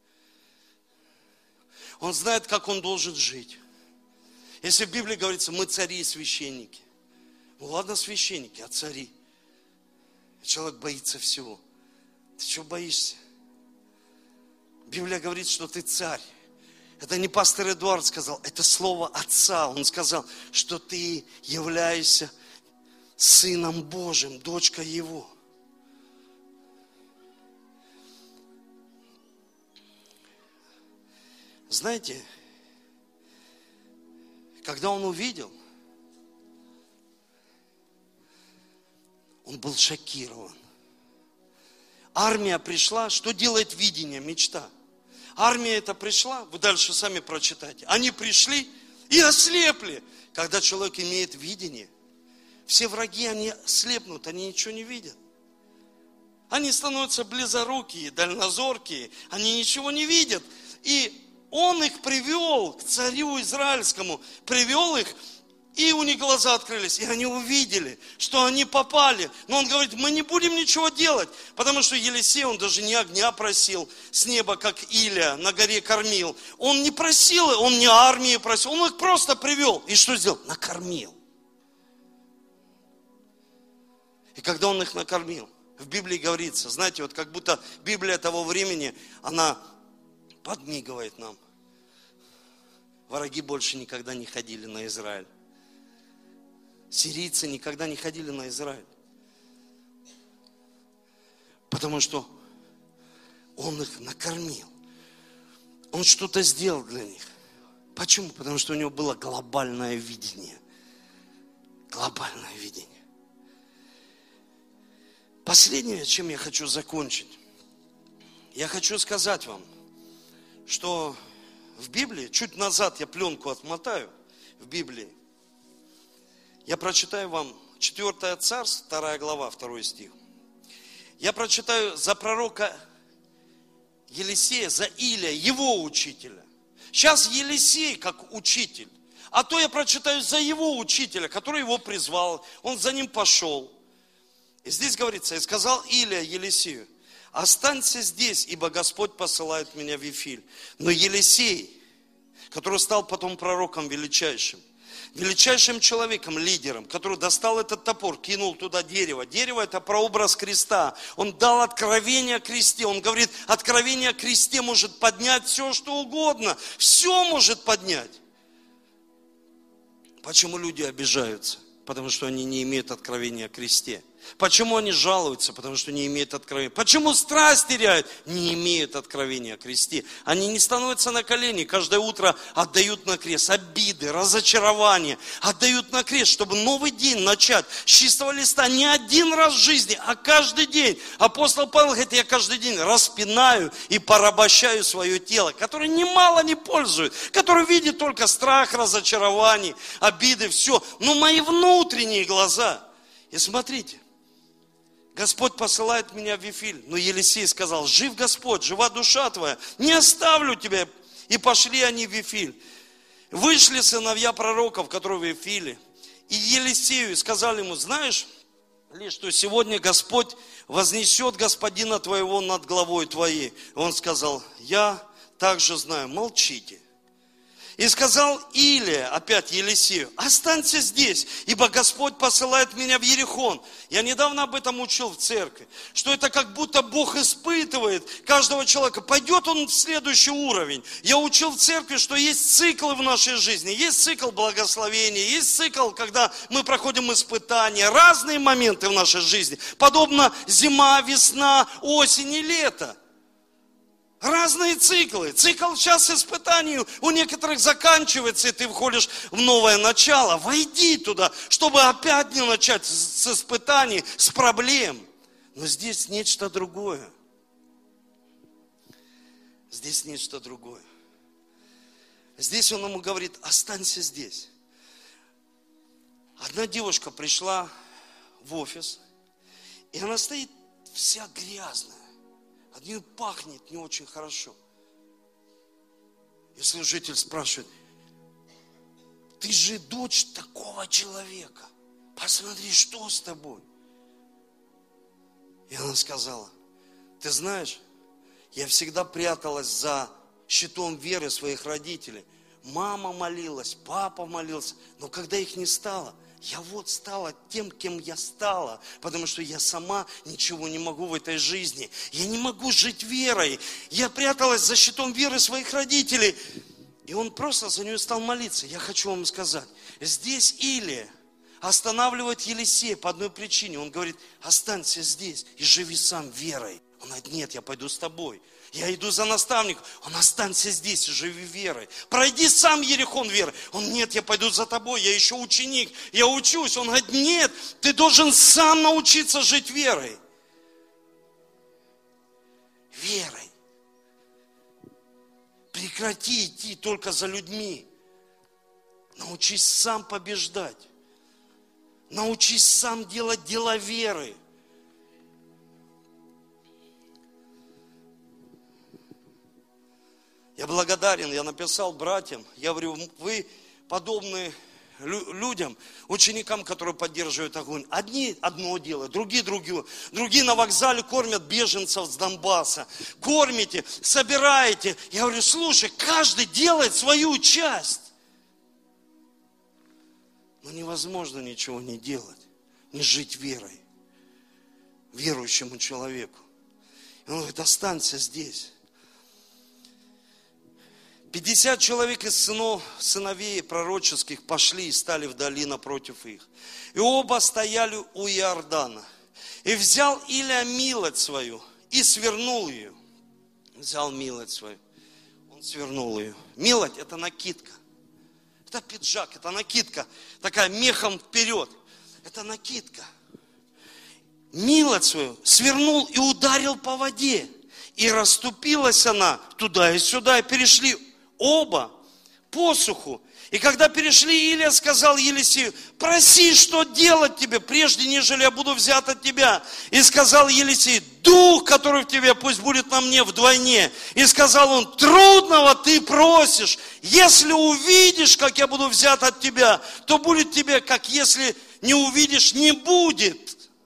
Он знает, как он должен жить. Если в Библии говорится, мы цари и священники. Ну ладно, священники, а цари? Человек боится всего. Ты чего боишься? Библия говорит, что ты царь. Это не пастор Эдуард сказал, это слово Отца. Он сказал, что ты являешься Сыном Божьим, дочка Его. Знаете, когда он увидел, он был шокирован. Армия пришла, что делает видение, мечта? Армия эта пришла, вы дальше сами прочитайте. Они пришли и ослепли. Когда человек имеет видение, все враги, они слепнут, они ничего не видят. Они становятся близорукие, дальнозоркие, они ничего не видят. И он их привел к царю израильскому, привел их, и у них глаза открылись, и они увидели, что они попали. Но он говорит, мы не будем ничего делать, потому что Елисей, он даже не огня просил с неба, как Илия на горе кормил. Он не просил, он не армии просил, он их просто привел. И что сделал? Накормил. И когда он их накормил, в Библии говорится, знаете, вот как будто Библия того времени, она подмигивает нам. Враги больше никогда не ходили на Израиль. Сирийцы никогда не ходили на Израиль. Потому что он их накормил. Он что-то сделал для них. Почему? Потому что у него было глобальное видение. Глобальное видение. Последнее, чем я хочу закончить. Я хочу сказать вам, что в Библии, чуть назад я пленку отмотаю, в Библии, я прочитаю вам 4 Царств, 2 глава, 2 стих. Я прочитаю за пророка Елисея, за Илия, его учителя. Сейчас Елисей как учитель, а то я прочитаю за его учителя, который его призвал, он за ним пошел. И здесь говорится, и сказал Илия Елисею, останься здесь, ибо Господь посылает меня в Вифиль. Но Елисей, который стал потом пророком величайшим человеком, лидером, который достал этот топор, кинул туда дерево. Дерево это прообраз креста. Он дал откровение о кресте. Он говорит, откровение о кресте может поднять все, что угодно. Все может поднять. Почему люди обижаются? Потому что они не имеют откровения о кресте. Почему они жалуются? Потому что не имеют откровения. Почему страсть теряют? Не имеют откровения о кресте. Они не становятся на колени, каждое утро отдают на крест обиды, разочарования, отдают на крест, чтобы новый день начать с чистого листа. Не один раз в жизни, а каждый день. Апостол Павел говорит, я каждый день распинаю и порабощаю свое тело, которое немало не пользует, которое видит только страх, разочарование, обиды, все. Но мои внутренние глаза. И смотрите, Господь посылает меня в Вифиль. Но Елисей сказал, жив Господь, жива душа твоя, не оставлю тебя. И пошли они в Вифиль. Вышли сыновья пророков, которые в Вифиле. И Елисею сказали ему, знаешь ли, что сегодня Господь вознесет господина твоего над главой твоей. Он сказал, я также знаю, молчите. И сказал Илия, опять Елисею, останься здесь, ибо Господь посылает меня в Иерихон. Я недавно об этом учил в церкви, что это как будто Бог испытывает каждого человека. Пойдет он в следующий уровень. Я учил в церкви, что есть циклы в нашей жизни. Есть цикл благословения, есть цикл, когда мы проходим испытания, разные моменты в нашей жизни. Подобно зима, весна, осень и лето. Разные циклы. Цикл сейчас испытаний у некоторых заканчивается, и ты входишь в новое начало. Войди туда, чтобы опять не начать с испытаний, с проблем. Но здесь нечто другое. Здесь нечто другое. Здесь он ему говорит, останься здесь. Одна девушка пришла в офис, и она стоит вся грязная. От нее пахнет не очень хорошо. И служитель спрашивает, ты же дочь такого человека. Посмотри, что с тобой. И она сказала, ты знаешь, я всегда пряталась за щитом веры своих родителей. Мама молилась, папа молился, но когда их не стало, я вот стала тем, кем я стала, потому что я сама ничего не могу в этой жизни. Я не могу жить верой. Я пряталась за щитом веры своих родителей. И он просто за нее стал молиться. Я хочу вам сказать, здесь Илия останавливает Елисея по одной причине. Он говорит, останься здесь и живи сам верой. Он говорит, нет, я пойду с тобой. Я иду за наставником. Он, останься здесь и живи верой. Пройди сам Иерихон верой. Он, нет, я пойду за тобой, я еще ученик, я учусь. Он говорит, нет, ты должен сам научиться жить верой. Верой. Прекрати идти только за людьми. Научись сам побеждать. Научись сам делать дела веры. Я благодарен, я написал братьям, я говорю, вы подобны людям, ученикам, которые поддерживают огонь. Одни одно делают, другие другое. Другие на вокзале кормят беженцев с Донбасса. Кормите, собираете. Я говорю, слушай, каждый делает свою часть. Но невозможно ничего не делать, не жить верой, верующему человеку. И он говорит, останься здесь. 50 человек из сыновей пророческих пошли и стали вдали напротив их. И оба стояли у Иордана. И взял Илия милость свою и свернул ее. Взял милость свою, он свернул ее. Милость – это накидка. Это пиджак, это накидка. Такая мехом вперед. Это накидка. Милость свою свернул и ударил по воде. И расступилась она туда и сюда, и перешли оба по суху. И когда перешли, Илия сказал Елисею, проси, что делать тебе, прежде нежели я буду взят от тебя. И сказал Елисей, дух, который в тебе, пусть будет на мне вдвойне. И сказал он, трудного ты просишь. Если увидишь, как я буду взят от тебя, то будет тебе, как если не увидишь, не будет.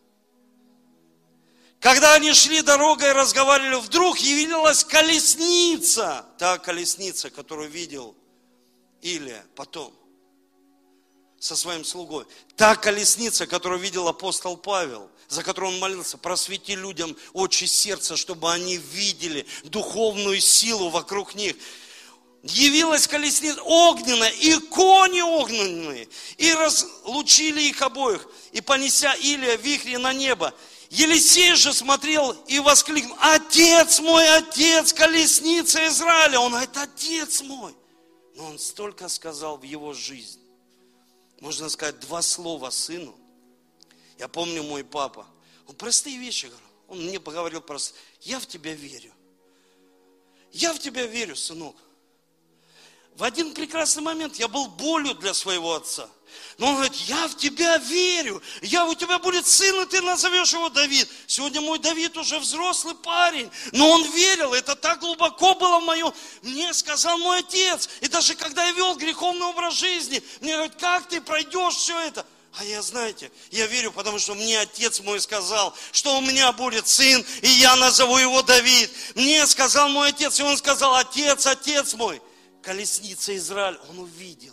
Когда они шли дорогой и разговаривали, вдруг явилась колесница. Та колесница, которую видел Илия потом со своим слугой. Та колесница, которую видел апостол Павел, за которую он молился. Просвети людям очи сердца, чтобы они видели духовную силу вокруг них. явилась колесница огненная и кони огненные, и разлучили их обоих, и понеся Илия в вихре на небо. Елисей же смотрел и воскликнул: отец мой, отец, колесница Израиля. Он говорит: отец мой. Но он столько сказал в его жизнь. Можно сказать, 2 слова сыну. Я помню, мой папа, он простые вещи говорил. Он мне поговорил просто: я в тебя верю. Я в тебя верю, сынок. В один прекрасный момент я был болью для своего отца. Но он говорит: я в тебя верю. У тебя будет сын, и ты назовешь его Давид. Сегодня мой Давид уже взрослый парень. Но он верил, это так глубоко было в моем. Мне сказал мой отец. И даже когда я вел греховный образ жизни, мне говорят: как ты пройдешь все это? А я, знаете, я верю, потому что мне отец мой сказал, что у меня будет сын, и я назову его Давид. Мне сказал мой отец, и он сказал: отец, отец мой. Колесница Израиля, он увидел.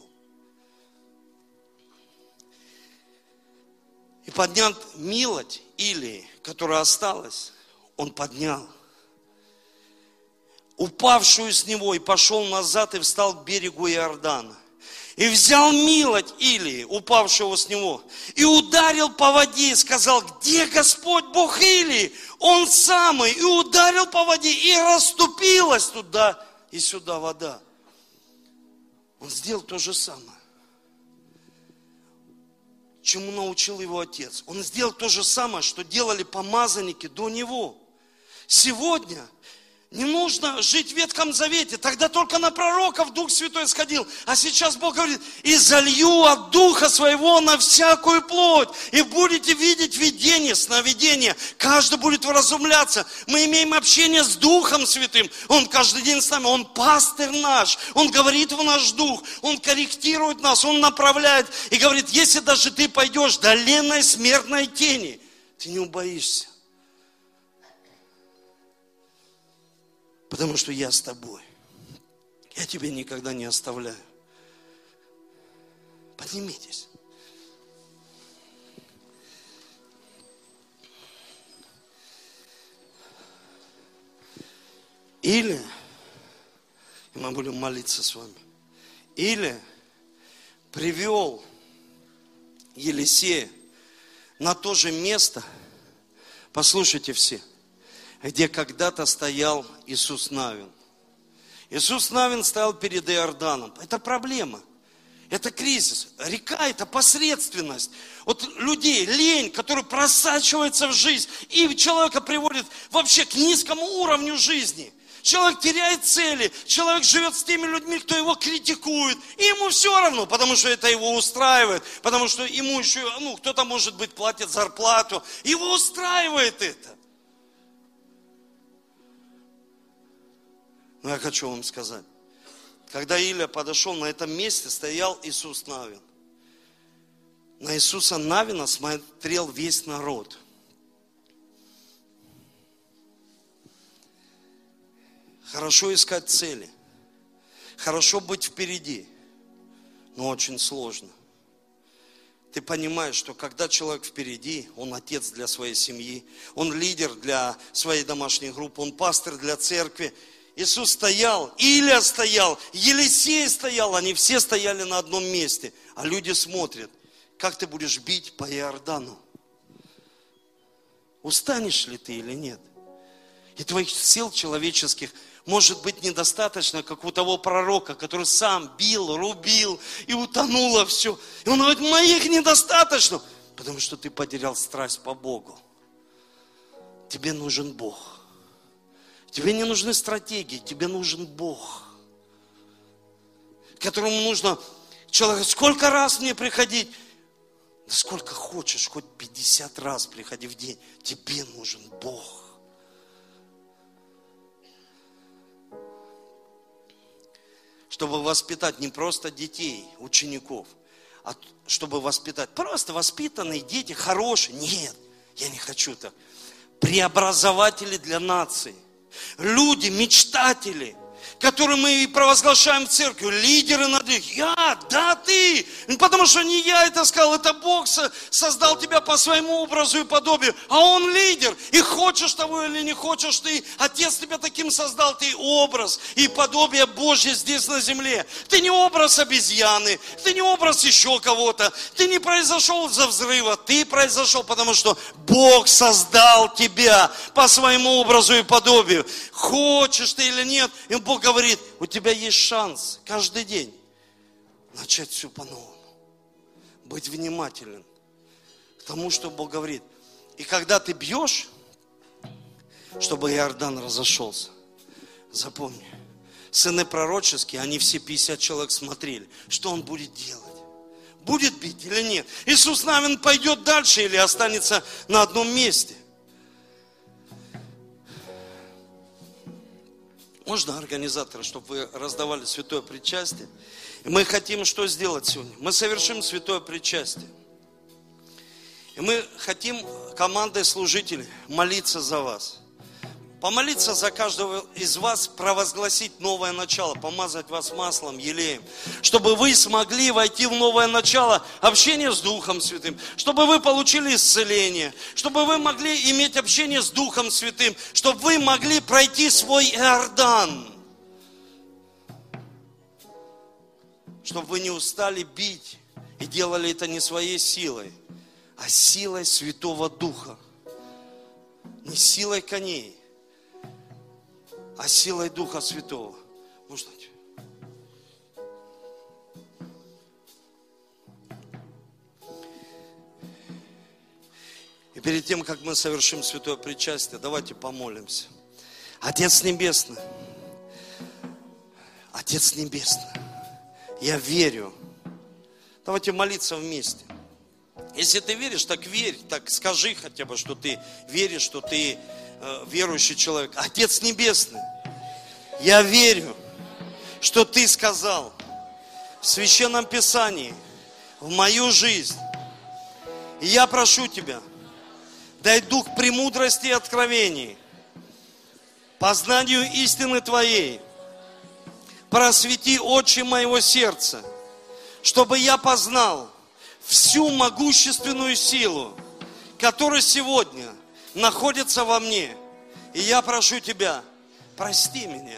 И поднял милость Илии, которая осталась, он поднял, упавшую с него, и пошел назад, и встал к берегу Иордана. И взял милость Илии, упавшего с него, и ударил по воде, и сказал: где Господь Бог Илии? Он самый. И ударил по воде, и расступилась туда и сюда вода. Он сделал то же самое, чему научил его отец. Он сделал то же самое, что делали помазанники до него. Сегодня не нужно жить в Ветхом Завете. Тогда только на пророков Дух Святой сходил. А сейчас Бог говорит: и залью от Духа Своего на всякую плоть. И будете видеть видение, сновидение. Каждый будет вразумляться. Мы имеем общение с Духом Святым. Он каждый день с нами. Он пастырь наш. Он говорит в наш дух. Он корректирует нас. Он направляет. И говорит: если даже ты пойдешь доленной смертной тени, ты не убоишься. Потому что я с тобой. Я тебя никогда не оставляю. Поднимитесь. Или, и мы будем молиться с вами, или привел Елисея на то же место, послушайте все, где когда-то стоял Иисус Навин. Иисус Навин стоял перед Иорданом. Это проблема. Это кризис. Река – это посредственность. Вот людей, лень, который просачивается в жизнь и человека приводит вообще к низкому уровню жизни. Человек теряет цели, человек живет с теми людьми, кто его критикует. И ему все равно, потому что это его устраивает, потому что ему еще, кто-то, может быть, платит зарплату. Его устраивает это. Но я хочу вам сказать, когда Илия подошел, на этом месте стоял Иисус Навин. На Иисуса Навина смотрел весь народ. Хорошо искать цели, хорошо быть впереди, но очень сложно. Ты понимаешь, что когда человек впереди, он отец для своей семьи, он лидер для своей домашней группы, он пастырь для церкви. Иисус стоял, Илия стоял, Елисей стоял, они все стояли на одном месте. А люди смотрят, как ты будешь бить по Иордану. Устанешь ли ты или нет? И твоих сил человеческих может быть недостаточно, как у того пророка, который сам бил, рубил, и утонуло все. И он говорит: моих недостаточно, потому что ты потерял страсть по Богу. Тебе нужен Бог. Тебе не нужны стратегии, тебе нужен Бог, которому нужно, человек, сколько раз мне приходить? Да сколько хочешь, хоть 50 раз приходи в день. Тебе нужен Бог. Чтобы воспитать не просто детей, учеников, а чтобы воспитать просто воспитанные дети, хорошие. Нет, я не хочу так. Преобразователи для нации. Люди, мечтатели, который мы провозглашаем в церкви, лидеры над их. Я, да, ты. Потому что не я это сказал, это Бог создал тебя по своему образу и подобию. А Он лидер. И хочешь того или не хочешь ты, Отец тебя таким создал, ты образ и подобие Божье здесь на земле. Ты не образ обезьяны, ты не образ еще кого-то, ты не произошел из-за взрыва, ты произошел, потому что Бог создал тебя по своему образу и подобию. Хочешь ты или нет, и Бог говорит, у тебя есть шанс каждый день начать все по-новому. Быть внимателен к тому, что Бог говорит. И когда ты бьешь, чтобы Иордан разошелся, запомни, сыны пророческие, они все 50 человек смотрели, что он будет делать. Будет бить или нет? Иисус Навин пойдет дальше или останется на одном месте? Можно организаторы, чтобы вы раздавали святое причастие? И мы хотим что сделать сегодня? Мы совершим святое причастие. И мы хотим командой служителей молиться за вас. Помолиться за каждого из вас, провозгласить новое начало, помазать вас маслом, елеем, чтобы вы смогли войти в новое начало общения с Духом Святым, чтобы вы получили исцеление, чтобы вы могли иметь общение с Духом Святым, чтобы вы могли пройти свой Иордан, чтобы вы не устали бить и делали это не своей силой, а силой Святого Духа, не силой коней, а силой Духа Святого. Можно? И перед тем, как мы совершим святое причастие, давайте помолимся. Отец Небесный, Отец Небесный, я верю. Давайте молиться вместе. Если ты веришь, так верь, так скажи хотя бы, что ты веришь, что ты верующий человек. Отец Небесный, я верю, что Ты сказал в Священном Писании, в мою жизнь. И я прошу Тебя, дай дух премудрости и откровений, познанию истины Твоей, просвети очи моего сердца, чтобы я познал всю могущественную силу, которая сегодня находится во мне. И я прошу Тебя, прости меня,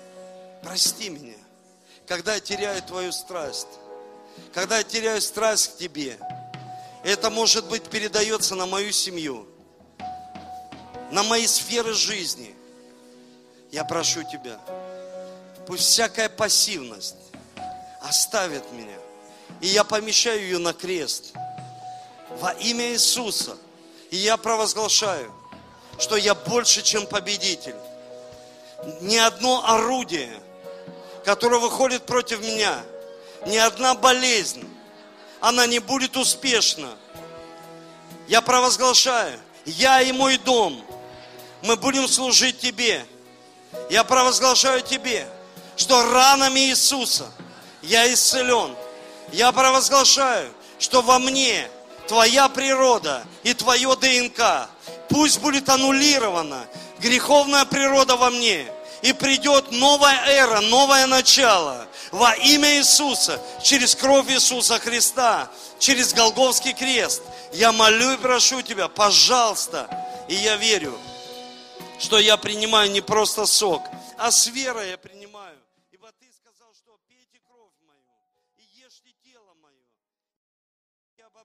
когда я теряю Твою страсть, когда я теряю страсть к Тебе. Это, может быть, передается на мою семью, на мои сферы жизни. Я прошу Тебя, пусть всякая пассивность оставит меня, и я помещаю ее на крест во имя Иисуса. И я провозглашаю, что я больше, чем победитель. Ни одно орудие, которое выходит против меня, ни одна болезнь, она не будет успешна. Я провозглашаю, я и мой дом, мы будем служить Тебе. Я провозглашаю Тебе, что ранами Иисуса я исцелен. Я провозглашаю, что во мне Твоя природа и Твое ДНК. Пусть будет аннулирована греховная природа во мне. И придет новая эра, новое начало. Во имя Иисуса, через кровь Иисуса Христа, через Голгофский крест. Я молю и прошу Тебя, пожалуйста. И я верю, что я принимаю не просто сок, а с верой я принимаю. Ибо Ты сказал, что пейте кровь мою и ешьте тело мое.